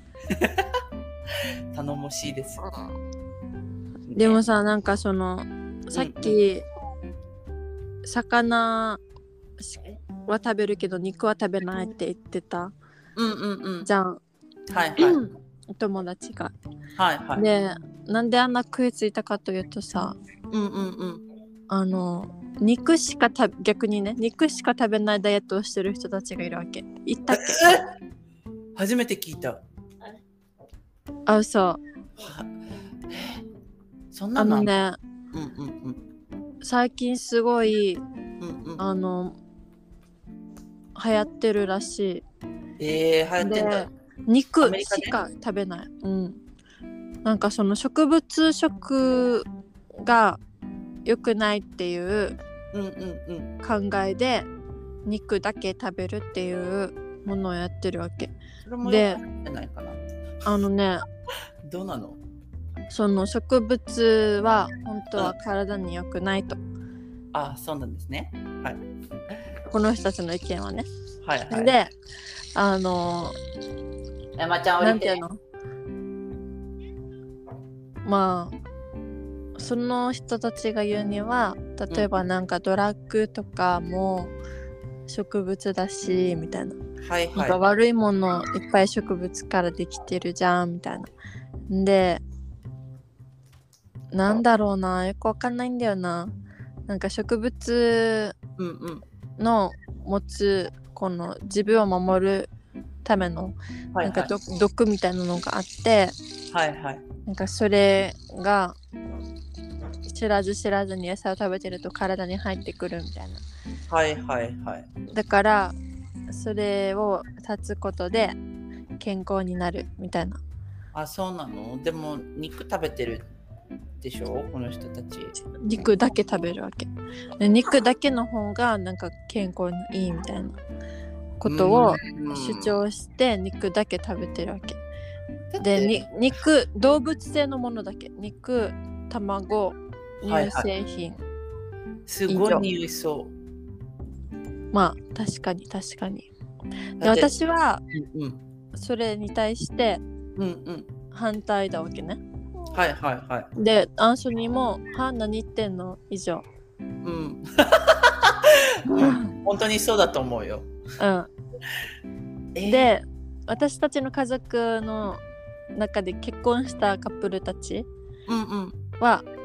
頼もしいです。 でもさ、なんかそのさっき、うんうん、魚は食べるけど肉は食べないって言ってた、 うんうんうん、 じゃん。 はいはい。 お友達が。 はいはい。 で、なんであんな食いついたかというとさ、 うんうんうん、 あの肉しかた逆にね肉しか食べないダイエットをしてる人たちがいるわけ。言ったっけ？ 初めて聞いた。 あ、そう。 そんなのあのね、 うんうんうん、 最近すごい、 うんうん、 あの流行ってるらしい。 えー、流行ってんだ。 肉しか食べない。うん。なんかその植物食が良くないっていう考えで肉だけ食べるっていうものをやってるわけ。 それも良くないかな。 あのね、 どうなの？ その植物は本当は体に良くないと。 ああ、そうなんですね。はい。 この人たちの意見はね。 はいはい。 で、あの山ちゃん降りて。 なんていうの？まあその人たちが言うには、例えばなんかドラッグとかも植物だしみたいな。 はいはい。 なんか悪いものいっぱい植物からできてるじゃんみたいな。で、なんだろうな、よくわかんないんだよな。なんか植物の持つこの自分を守るためのなんかど、はいはい、毒みたいなのがあって、 はいはい、 なんかそれが知らず知らずに餌を食べてると体に入ってくるみたいな。 はいはいはい。 だからそれを断つことで健康になるみたいな。 あ、そうなの？でも肉食べてるでしょ、この人たち。 肉だけ食べるわけで、肉だけの方がなんか健康にいいみたいなことを主張して肉だけ食べてるわけで、に肉動物性のものだけ、肉、卵、乳製品、はいはい、 すごい匂いそう。 まあ確かに確かに。で私はそれに対して反対だわけね、うんうん、 はいはいはい。でアンソニーもは何言ってんの以上、 うん、うん、本当にそうだと思うよ、 うん、で私たちの家族の中で結婚したカップルたちは、うんうん、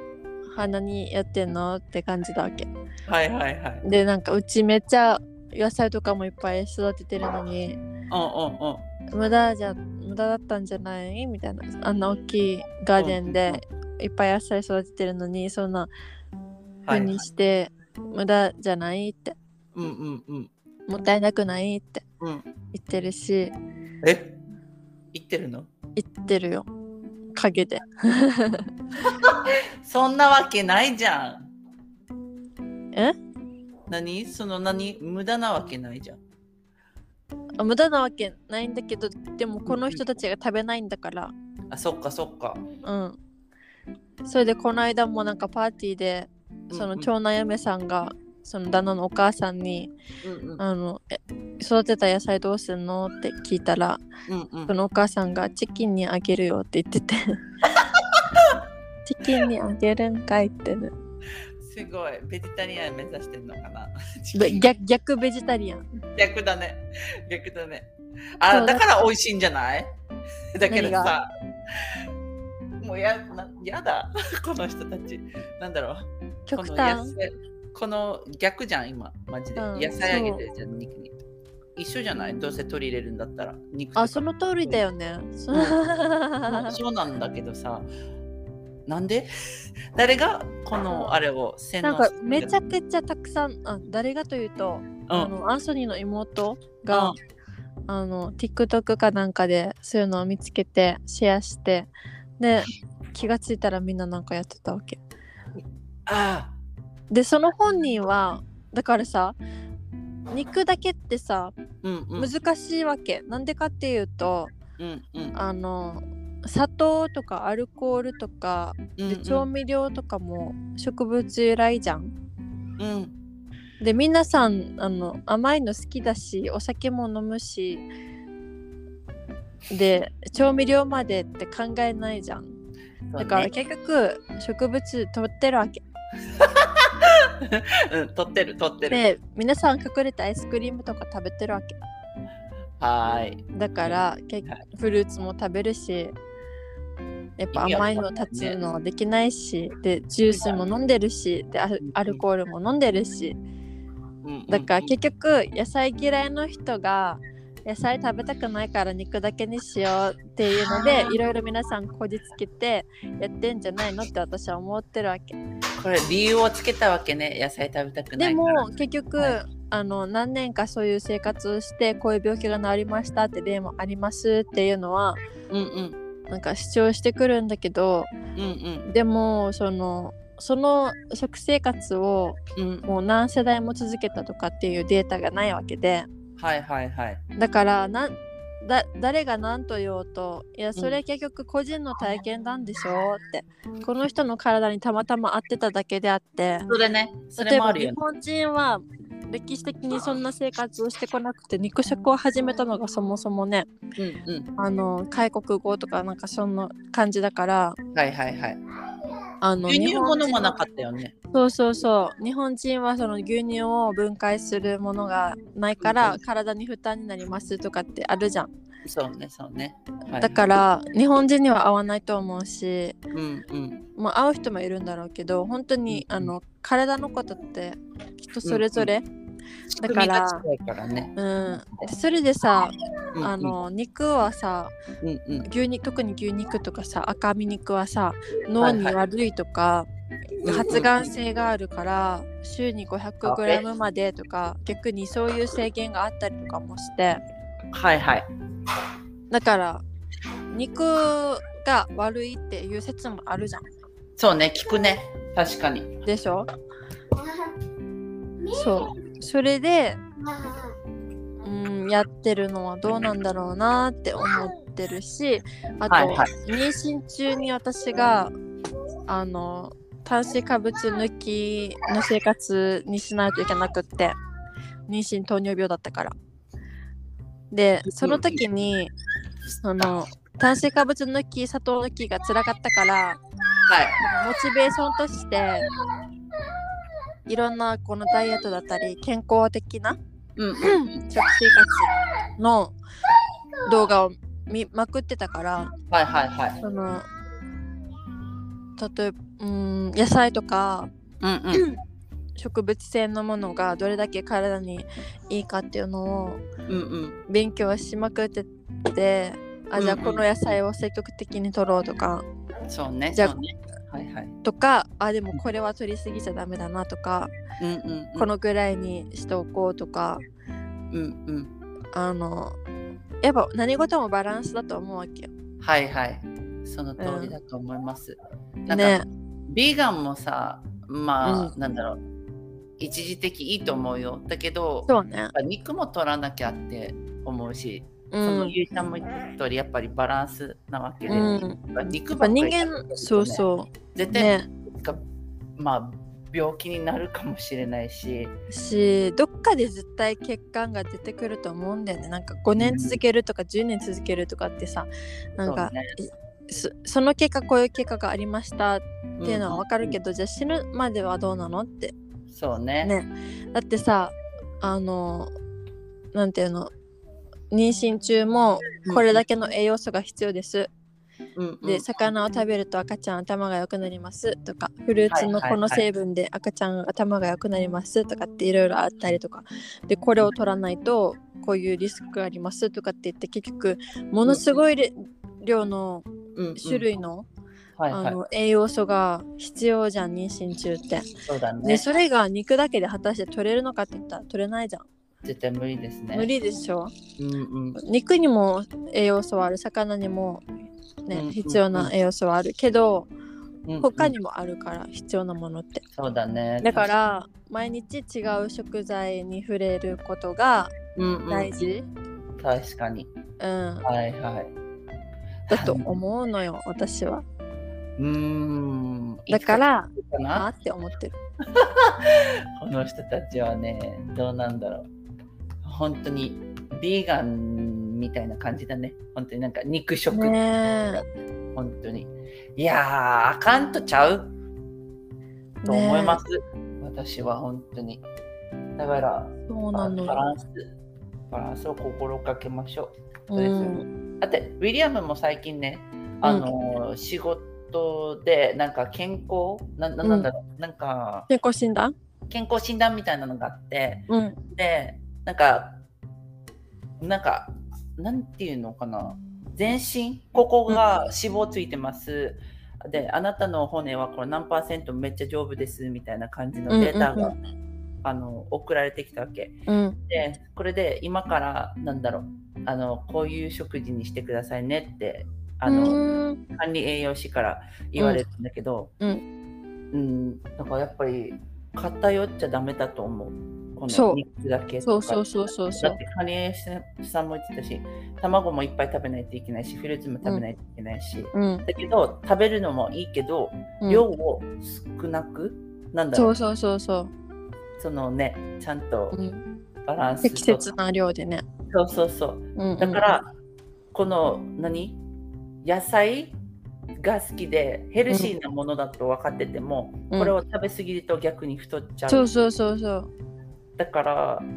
は何やってんのって感じだわけ。 はいはいはい。 でなんかうちめっちゃ野菜とかもいっぱい育ててるのに、うんうんうん、無駄じゃ無駄だったんじゃないみたいな。あんな大きいガーデンでいっぱい野菜育ててるのにそんな風にして無駄じゃないって、 うんうんうん、 もったいなくないって言ってるし、うん、 え言ってるの？ 言ってるよ、陰でそんなわけないじゃん。 え？ 何？その何？無駄なわけないじゃん。 あ、無駄なわけないんだけど、でもこの人たちが食べないんだから、 あ、そっかそっか。 うん。それでこの間もなんかパーティーでその長男嫁さんがその旦那のお母さんに、うんうん、あのえ育てた野菜どうすんのって聞いたら、うんうん、そのお母さんがチキンにあげるよって言っててチキンにあげるんかいってね。 すごいベジタリアン目指してんのかな。 逆, 逆ベジタリアン。 逆だね逆だね。あ、だから美味しいんじゃない？だけどさ、もうやなやだこの人たちなんだろう。 極端。 この逆じゃん今マジで、うん、野菜あげてるじゃん肉に。一緒じゃない？どうせ取り入れるんだったら肉とか。 あ、その通りだよね。 うん、そうなんだけどさ。なんで誰がこのあれを洗脳してる？ なんかめちゃくちゃたくさんあ誰がというと、うん、あのアンソニーの妹が、うん、あの TikTok かなんかでそういうのを見つけてシェアしてで気がついたらみんななんかやってたわけ。 ああ。 でその本人はだからさ肉だけってさ、うんうん、難しいわけ。なんでかっていうと、うんうん、あの砂糖とかアルコールとか、うんうん、で調味料とかも植物由来じゃん、うん、で皆さんあの甘いの好きだしお酒も飲むしで調味料までって考えないじゃん。だから結局植物取ってるわけうん、取ってる取ってる。 で皆さん隠れてアイスクリームとか食べてるわけ。 はい。 だから結構フルーツも食べるしやっぱ甘いの立つのはできないし、ね、でジュースも飲んでるしで ア, アルコールも飲んでるし、だから結局野菜嫌いの人が野菜食べたくないから肉だけにしようっていうのでいろいろ皆さんこじつけてやってんじゃないのって私は思ってるわけ。 これ理由をつけたわけね。野菜食べたくないから。 でも結局、はい、あの何年かそういう生活をしてこういう病気が治りましたって例もありますっていうのは、うんうん、なんか主張してくるんだけど、うんうん、でもそのその食生活をもう何世代も続けたとかっていうデータがないわけで、 はいはいはい、 だからなだ誰が何と言おうといやそれ結局個人の体験なんでしょって、うん、この人の体にたまたま合ってただけであってそれねそれもあるよね。 例えば日本人は歴史的にそんな生活をしてこなくて肉食を始めたのがそもそもね、うんうん、あの開国語とかなんかそんな感じだからはいはいはいあの輸入物もなかったよね。 そうそうそう日本人はその牛乳を分解するものがないから体に負担になりますとかってあるじゃん。 そうねそうね、はい、 だから日本人には合わないと思うし、うんうん、まあ合う人もいるんだろうけど本当に、うん、あの体のことって人それぞれ、うんうんだから、 からねうん、それでさ、うんうん、あの肉はさ、うんうん、牛肉特に牛肉とかさ赤身肉はさ脳に悪いとか、はいはい、発がん性があるから週に ごひゃくグラム までとか逆にそういう制限があったりとかもしてはいはいだから肉が悪いっていう説もあるじゃん。 そうね聞くね確かにでしょ。そうそれで、うん、やってるのはどうなんだろうなって思ってるしあと、はいはい、妊娠中に私があの炭水化物抜きの生活にしないといけなくって妊娠糖尿病だったからでその時にその炭水化物抜き砂糖抜きが辛かったから、はい、モチベーションとしていろんなこのダイエットだったり健康的な、うん、食生活の動画を見まくってたから、 はいはいはい、 その例えばうん野菜とか、うんうん、植物性のものがどれだけ体にいいかっていうのを勉強しまくってて、うんうん、あじゃあこの野菜を積極的に取ろうとか、 そうねじゃあそうねはいはい、 とかあでもこれは取りすぎちゃダメだなとか、うんうんうん、このぐらいにしておこうとか、うんうん、あのやっぱ何事もバランスだと思うわけよ。 はいはいその通りだと思います、うん、なんか、ね、ビーガンもさまあ、うん、なんだろう一時的いいと思うよだけどそう、ね、 肉も取らなきゃって思うしそのゆいちゃんも言った通りやっぱりバランスなわけで、 うん、 肉ばっかり人間、そうそう絶対、 ね、 まあ病気になるかもしれないししどっかで絶対欠陥が出てくると思うんだよね。なんかごねん続けるとかじゅうねん続けるとかってさ、なんか そ,、ね、その結果こういう結果がありましたっていうのは分かるけど、うん、じゃあ死ぬまではどうなのって。 そうね。 ね、だってさ、あのなんていうの、妊娠中もこれだけの栄養素が必要です、うんうん、で魚を食べると赤ちゃん頭が良くなりますとか、フルーツのこの成分で赤ちゃん頭が良くなりますとかっていろいろあったりとかで、これを取らないとこういうリスクがありますとかって言って、結局ものすごい量の種類の、あの栄養素が必要じゃん、妊娠中って。 そうだね。 でそれが肉だけで果たして取れるのかって言ったら取れないじゃん。 絶対無理ですね。 無理でしょ、 うんうん、 肉にも栄養素はある、魚にも、ね、うんうん、必要な栄養素はあるけど、うんうん、他にもあるから必要なものって。 そうだね。 だから毎日違う食材に触れることが大事、 うんうん、確かに、 うん、 はいはいだと思うのよ私は。 うーん、 だからあって思ってるこの人たちはね、どうなんだろう、本当にビーガンみたいな感じだね。本当になんか肉食、ね、本当にいやーあかんとちゃうと思います、ね、私は本当に。だからそうなの、 バランスバランスを心がけましょう。そうです、うん、だってウィリアムも最近ね、あの、うん、仕事でなんか健康 な, な, なんだろう、うん、なんか健康診断健康診断みたいなのがあって、 うん、 でなんかなんかなんていうのかな、全身ここが脂肪ついてます、うん、であなたの骨はこれ何パーセントめっちゃ丈夫ですみたいな感じのデータが、うんうんうん、あの送られてきたわけ、うん、でこれで今からなんだろう、あのこういう食事にしてくださいねってあの管理栄養士から言われるんだけど、うんうん、だからやっぱり偏っちゃダメだと思う。この肉だけとか。 そうそうそうそう。 だって管理栄養士さんも言ってたし、卵もいっぱい食べないといけないし、フルーツも食べないといけないし、うん、だけど食べるのもいいけど、うん、量を少なく、なんだろう。 そうそうそうそう。 そのね、ちゃんとバランス、 うん、適切な量でね。 そうそうそう。うんうん、だからこの何野菜が好きでヘルシーなものだと分かってても、うん、これを食べ過ぎると逆に太っちゃう。 そうそうそうそう。 だから、うん、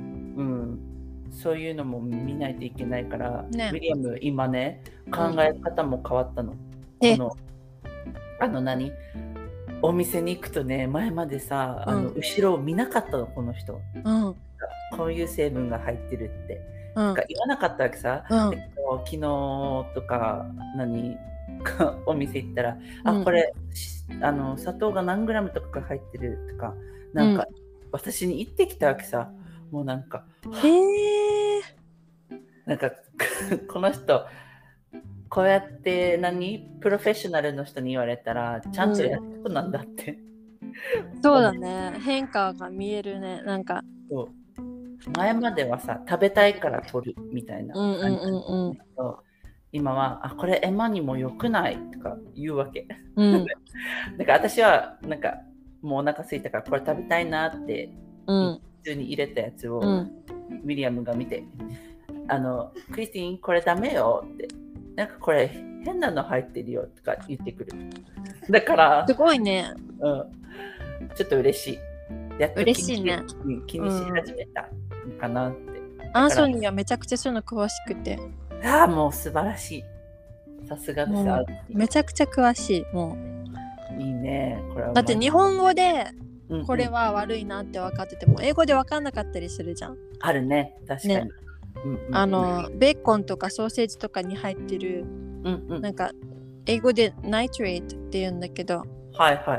そういうのも見ないといけないから、ね、ウィリアム今ね考え方も変わったの。うん、このあの何お店に行くとね、前までさ、うん、あの後ろを見なかったのこの人、うん、こういう成分が入ってるって、うん、なんか言わなかったわけさ、うん、昨日とか何お店行ったら、うん、あこれあの砂糖が何グラムとかが入ってるとかなんか、うん、私に言ってきたわけさ。もうなんかへーなんかこの人こうやって何プロフェッショナルの人に言われたらちゃんとやることなんだって、 うん、そうだね、変化が見えるね。なんかそう前まではさ食べたいから取るみたいな感じだったんだけど、うんうんうん、今はあこれエマにも良くないとか言うわけ、うん、だから私はなんかもうお腹空いたからこれ食べたいなって、うん、普通に入れたやつを、うん、ウィリアムが見てあのクリスティンこれダメよってなんかこれ変なの入ってるよとか言ってくる。だからすごいね、 うん、ちょっと嬉しい。やっと嬉しいね。 気にし始めたのかなって、うん、 アンソニーはめちゃくちゃそういうの詳しくて、 ああもう素晴らしい。さすがです。 めちゃくちゃ詳しい。もういいね。これはだって日本語でこれは悪いなって分かってても、うんうん、英語で分かんなかったりするじゃん。 あるね、確かに、ね、 うんうんうん、あのベーコンとかソーセージとかに入ってる、うんうん、なんか英語でナイトレートって言うんだけど、 はいはい、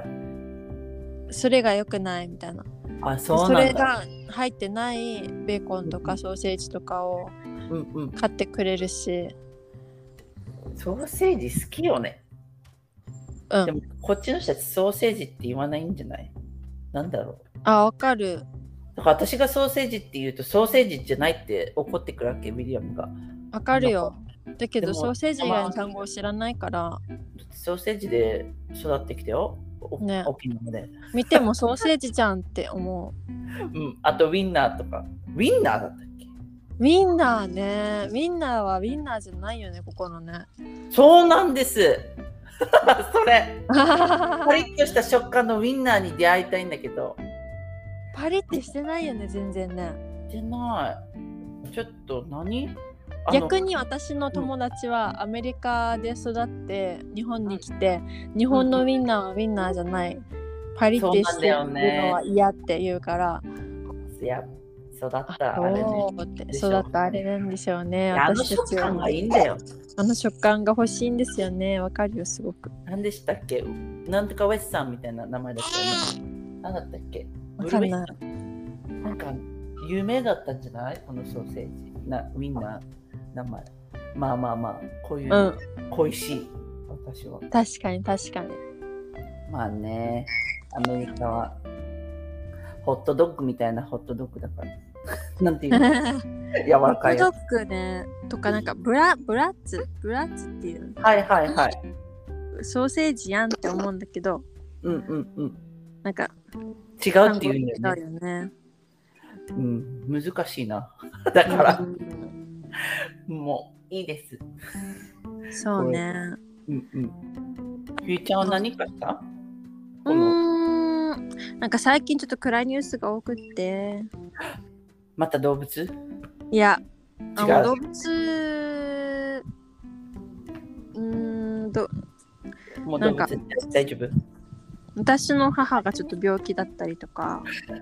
それが良くないみたいな。 あ、そうなんだ。 それが入ってないベーコンとかソーセージとかを買ってくれるし、 うんうん、ソーセージ好きよね、うん、でもこっちの人たちソーセージって言わないんじゃない？なんだろう。 あ、わかる。 だから私がソーセージって言うとソーセージじゃないって怒ってくるわけ、ウィリアムが。 わかるよ。だけでもどソーセージ以外の単語を知らないから、 ソーセージで育ってきてよ。おね沖縄で。 見てもソーセージじゃんって思うん。あとウィンナーとか。ウィンナーだったっけ？ う。ウィンナーね。ウィンナーはウィンナーじゃないよね、ここのね。 そうなんです。それ。パリッとした食感のウィンナーに出会いたいんだけど。 パリってしてないよね、全然ね。 してない。ちょっと何？ 逆に私の友達はアメリカで育って日本に来て、日本のウィンナーはウィンナーじゃない、パリってしてるのは嫌って言うから、 いや、育ったああれそうって育ったあれなんでしょうね。 あの私たちは食感がいいんだよ。 あの食感が欲しいんですよね。わかるよ、すごく。 何でしたっけ？なんとかウェスさんみたいな名前だったよね。何だったっけ？ わかんない。 なんか有名だったんじゃない？このソーセージなウィンナー名前。まあまあまあ、こういうの、うん、恋しい私は。 確かに確かに。 まあね、アメリカはホットドッグみたいなホットドッグだから。なんていうの？柔らかいやつ。 ホットドッグね、とかなんかブラブラッツブラッツっていう。 はいはいはい。 ソーセージやんって思うんだけど。 うんうんうん。 なんか違うっていうんだよね。 よね。 うん、難しいな。だから、うん、もういいです。 そうね。 うんうん。ゆいちゃんは何かした？ うーん。なんか最近ちょっと暗いニュースが多くって。 また動物？ いや、 違う。 動物。うーんと。 もう動物大丈夫？ 私の母がちょっと病気だったりとか。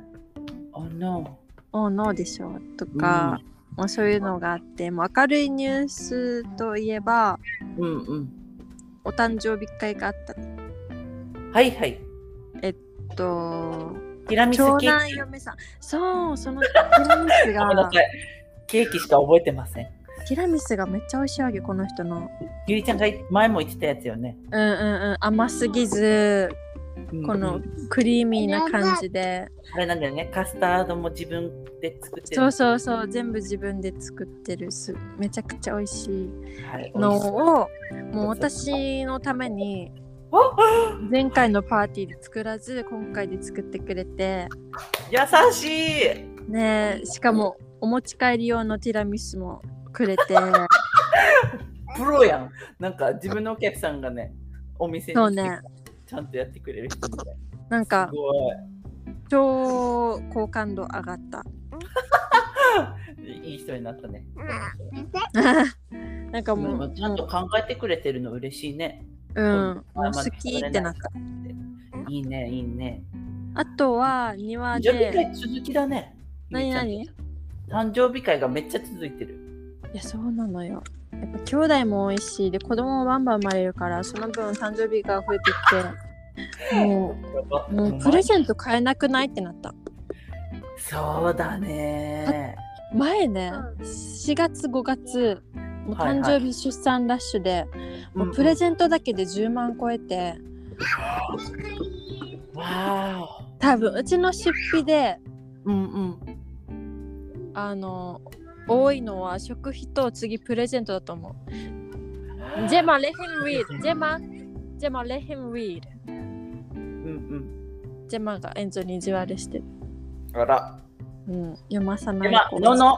Oh no。 Oh no でしょとか、うん、まあ、そういうのがあって、もう明るいニュースといえば、 うんうん、 お誕生日会があった。 はいはい。 えっと、 ティラミスケーキ。 長男嫁さん。そう、そのティラミスが。 ケーキしか覚えてません。 ティラミスがめっちゃ美味しいわけ、この人の。 ゆりちゃんが前も言ってたやつよね。 うんうんうん、甘すぎず。このクリーミーな感じで、 あれなんだよね、カスタードも自分で作ってる。 そうそうそう、全部自分で作ってるすめちゃくちゃ美味しいのを、はい、もう私のために前回のパーティーで作らず今回で作ってくれて、 優しいね。しかもお持ち帰り用のティラミスもくれてプロやん。なんか自分のお客さんがね、お店に来て、そうね、ちゃんとやってくれる人みたい。 なんか超好感度上がったいい人になったねなんかもうちゃんと考えてくれてるの嬉しいね。 うん、もう好きってなった。 いいねいいね。 あとは庭で誕生日会続きだね。 何何誕生日会がめっちゃ続いてる。 いやそうなのよ。やっぱ兄弟も多いし、で子供もバンバン生まれるから、その分誕生日が増えてきて、もう、もうプレゼント買えなくないってなった。 そうだね。 前ね、しがつごがつ、もう誕生日出産ラッシュで、はいはい、もうプレゼントだけでじゅうまん超えて、 うん、わー多分うちの出費で、 うんうん、 あの多いのは食費と次プレゼントだと思う。ジェマ、let him read。ジェマ、ジェマ、let him read。 うんうん。 ジェマがエンゾに意地悪してる。 あら。 うん、読まさない。 ジェマ、ノノ。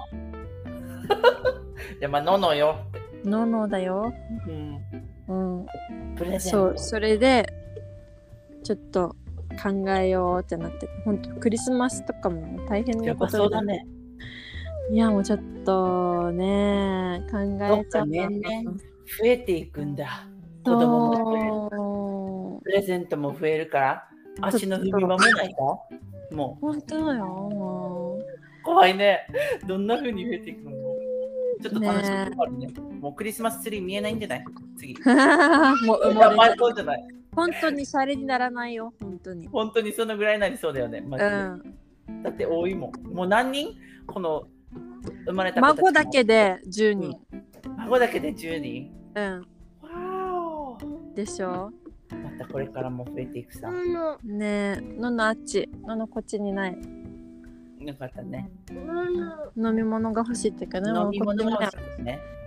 ジェマ、ノノよ。 ノノだよ。 うん。 うん。 プレゼント。 そう、それでちょっと考えようってなって、本当クリスマスとかも大変なことそうだね。 いやもうちょっとね考えちゃった、ね、 増えていくんだ。子供も増える、プレゼントも増えるから足の踏み場もないか。もう本当だよ。もう怖いね。どんな風に増えていくの？ちょっと楽しみもあるね。もうクリスマスツリー見えないんじゃない？次。もう埋もれない。そうじゃない。 本当にシャレにならないよ。本当に。 本当にそのぐらいになりそうだよね。マジで。うん、だって多いもん。もう何人？この生まれた子たちも孫だけでじゅうにん、 うん、孫だけでじゅうにん。 うん。 わーでしょ。 またこれからも増えていくさ。 ねえ、ののあっち、ののこっちにない。 よかったね。 飲み物が欲しいっていうかね。 飲み物が欲しいですね。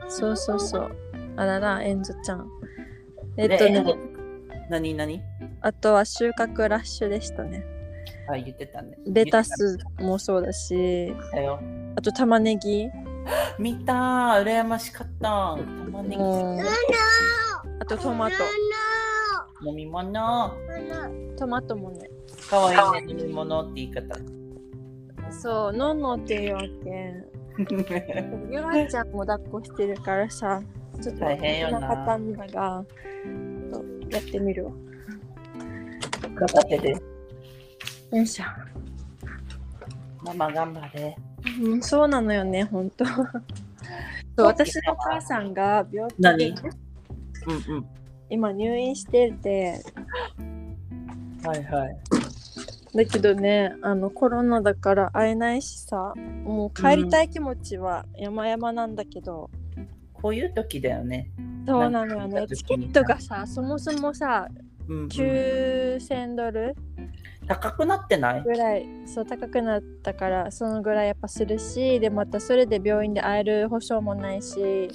そうそうそう。あらら、エンゾちゃん。えっとね、 ね何何あとは収穫ラッシュでしたね。 あ、言ってたね。 レタスもそうだし、 だよ。 あと玉ねぎ。 見たー、羨ましかった。玉ねぎ。 あとトマト。 飲み物。 トマトもね。 かわいいね、飲み物って言い方。 そう、のんのっていうわけ。ゆらちゃんも抱っこしてるからさ、ちょっと大変よな。 なかったんだが、やってみるわ。 片手で。 よいしょ。 ママ頑張れ。 うん、そうなのよね、ほんと。そう私のお母さんが病気で、 何うんうん、 今入院してて、 はいはい。 だけどね、あのコロナだから会えないしさ、もう帰りたい気持ちは山々なんだけど、 うん、こういう時だよね。 そうなのよね。チケットがさ、そもそもさ、うんうん、きゅうせんドル高くなってないぐらい、そう高くなったから、そのぐらいやっぱするし、でまたそれで病院で会える保証もないし、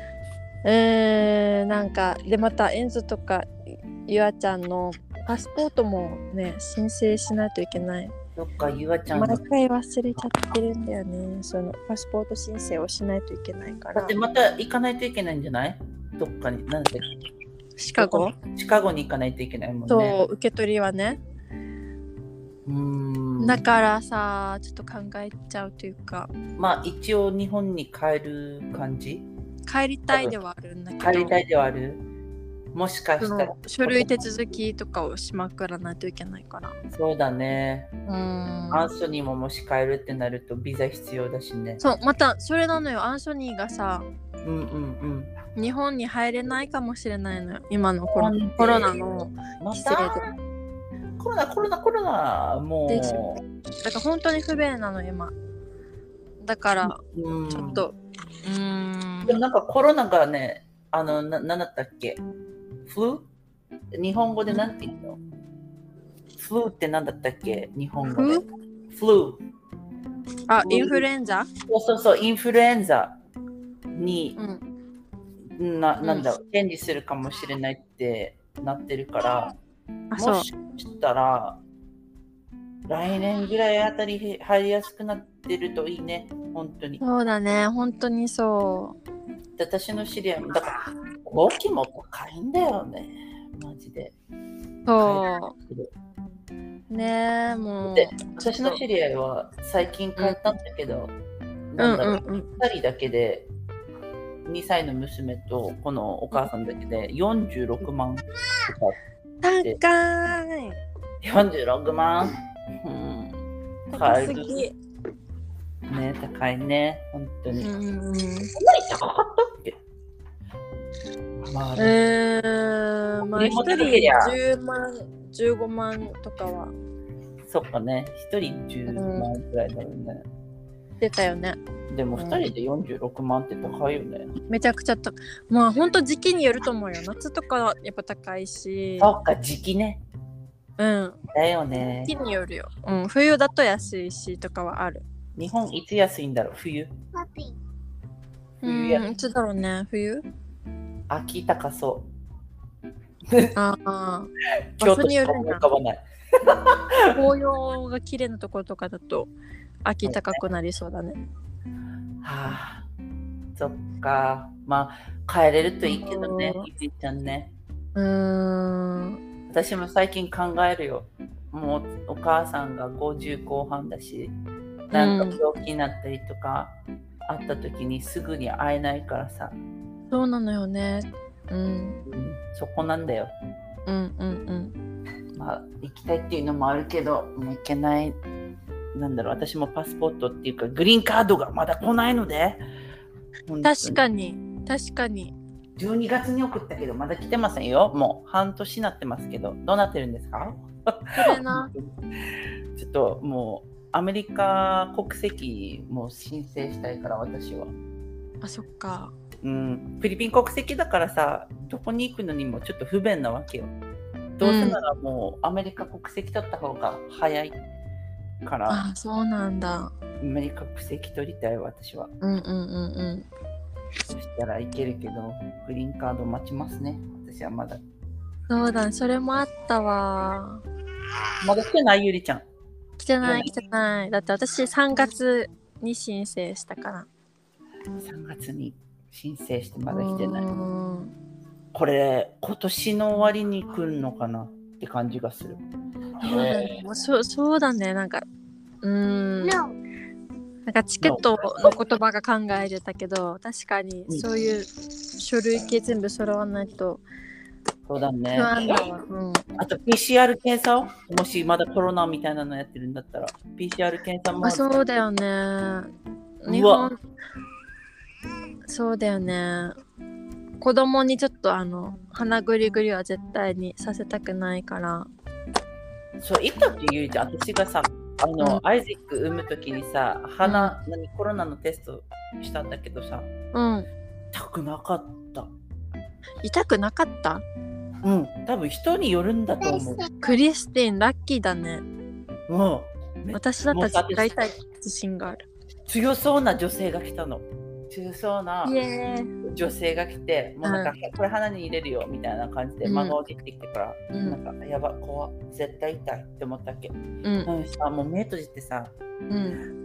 えー、なんかでまたエンゾとかゆあちゃんのパスポートもね申請しないといけない。 そっか、ゆあちゃん毎回忘れちゃってるんだよね。そのパスポート申請をしないといけないから。 だってまた行かないといけないんじゃない？どっかに、なんだっけ？ シカゴ？ シカゴに行かないといけないもんね。 そう、受け取りはね。 うーん、 だからさ、ちょっと考えちゃうというか。 まあ一応日本に帰る感じ？ 帰りたいではあるんだけど。 帰りたいではある。もしかしたら書類手続きとかをしまくらないといけないから。 そうだね。 うん。 アンソニーももし帰るってなるとビザ必要だしね。 そう、またそれなのよ。アンソニーがさ、 うんうんうん、 日本に入れないかもしれないのよ。今のコロナ、コロナの規制で。 コロナコロナコロナもう。 だから本当に不便なの今。だからちょっと。うーん。 でもなんかコロナがね、あのななんだったっけ？フル？日本語でなんて言うの？フルってなんだったっけ？日本語で。フル。 あ、インフルエンザ？ そうそうそう、インフルエンザに、うん、な, なんだろう、チェンジするかもしれないってなってるから、もしかしたら来年ぐらいあたり入りやすくなってるといいね、本当に。 そうだね、本当にそう。 私の知り合いもだから飛行機も高いんだよね、マジで。 そうねえ、もうで私の知り合いは最近帰ったんだけど、うん、なんだろう、うんうんうん、ふたりだけでにさいの娘とこのお母さんだけでよんじゅうろくまんとかって高い。 よんじゅうろくまん、うん、 高すぎね、高いね、本当に。 うん、そんなに高かったっけ？ まあ、えー、まあひとりじゅうまん、じゅうごまんとかは。 そっかね、ひとりじゅうまんくらいだよね。 出たよね。 でもふたりでよんじゅうろくまんって高いよね。 めちゃくちゃ高い。まあほんと時期によると思うよ。夏とかやっぱ高いし。 そっか、時期ね。 うん。 だよね。 時期によるよ。うん、冬だと安いしとかはある。 日本いつ安いんだろう？冬？ 冬や。うん、いつだろうね、冬？ 秋高そう。 ああ。 京都しか思い浮かばない。 紅葉が綺麗なところとかだと秋高くなりそうだね。 はあ、そっか。まあ帰れるといいけどね、いちちゃんね。 うーん。 私も最近考えるよ。もうお母さんがごじゅうこう半だし、なんか病気になったりとかあった時にすぐに会えないからさ。 そうなのよね。うん。うん、 そこなんだよ。 うんうんうん。 まあ行きたいっていうのもあるけど、もう行けない。なんだろう、私もパスポートっていうかグリーンカードがまだ来ないので。 確かに確かに。 じゅうにがつに送ったけどまだ来てませんよ。もう半年になってますけど、どうなってるんですか？ それな。 ちょっともうアメリカ国籍も申請したいから私は。 あ、そっか。 うん、フィリピン国籍だからさ、どこに行くのにもちょっと不便なわけよ。どうせならもうアメリカ国籍取った方が早いから。 あ、そうなんだ。 アメリカ国籍取りたい私は。 うんうんうんうん。 そしたらいけるけど、グリーンカード待ちますね。私はまだ。 そうだね、それもあったわ。 まだ来てない、ゆりちゃん。 来てない来てない。だって私さんがつに申請したから。 さんがつに申請してまだ来てない。 うん、 これ今年の終わりに来るのかなって感じがする。 そうだね、もうそそうだね、なんかうーん、なんかチケットの言葉が考えてたけど、確かにそういう書類系全部揃わないとそうだね。 不安だわ。うん、 あと ピーシーアール 検査をもしまだコロナみたいなのやってるんだったら ピーシーアール 検査もあ、そうだよね。日本そうだよね。子供にちょっとあの鼻ぐりぐりは絶対にさせたくないから。 そう言ったっけ、ゆりちゃん。私がさ、あの、うん、アイゼック産むときにさ、鼻、うん、何コロナのテストしたんだけどさ、 うん、 痛くなかった。 痛くなかった？ うん、多分人によるんだと思う。 クリスティンラッキーだね。 うん。 私だったら絶対痛い自信がある。 強そうな女性が来たの。強そうな女性が来て、もうなんか、うん、これ鼻に入れるよみたいな感じで真顔で言ってきてから、うん、なんかやば怖絶対痛いって思ったっけ。うん。さもう目閉じてさ、うん、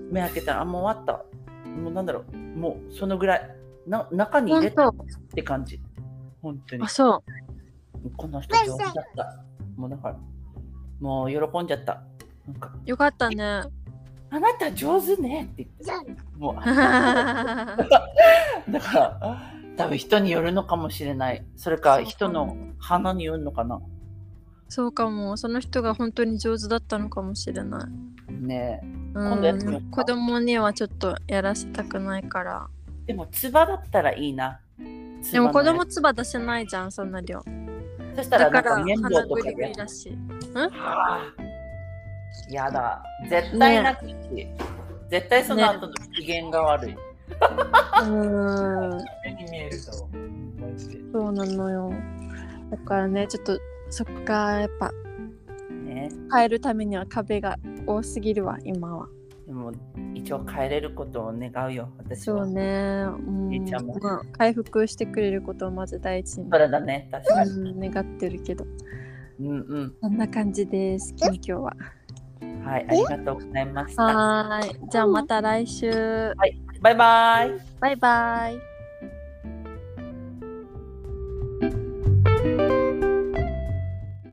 目開けたらあもう終わった。もうなんだろう、もうそのぐらいな中に入れたって感じ。本当に。 あ、そう。 この人上手だった。もうだからもう喜んじゃった。なんかよかったね。 あなた上手ねって言って。もうだから多分人によるのかもしれない。それか人の鼻によるのかな。 そうかも。その人が本当に上手だったのかもしれない。 ねえ。 今度やってみようか。子供にはちょっとやらせたくないから。 でもつばだったらいいな。 でも子供つば出せないじゃん、そんな量。 そしたらなんか綿棒とかで。 だし。ん？ やだ。絶対なくし、ね、絶対その後の機嫌が悪い。ね、うーん。そうなのよ。だからね、ちょっとそっか、やっぱ、ね、変えるためには壁が多すぎるわ、今は。 でも一応変えれることを願うよ、私は。 そうね。うん、まあ、回復してくれることをまず第一に。 それだね、確かに。 うん、願ってるけど。 うんうん。 そんな感じです、近況は。 はい、ありがとうございました。 はい、じゃあまた来週。 はい、バイバイ。 バイバイ。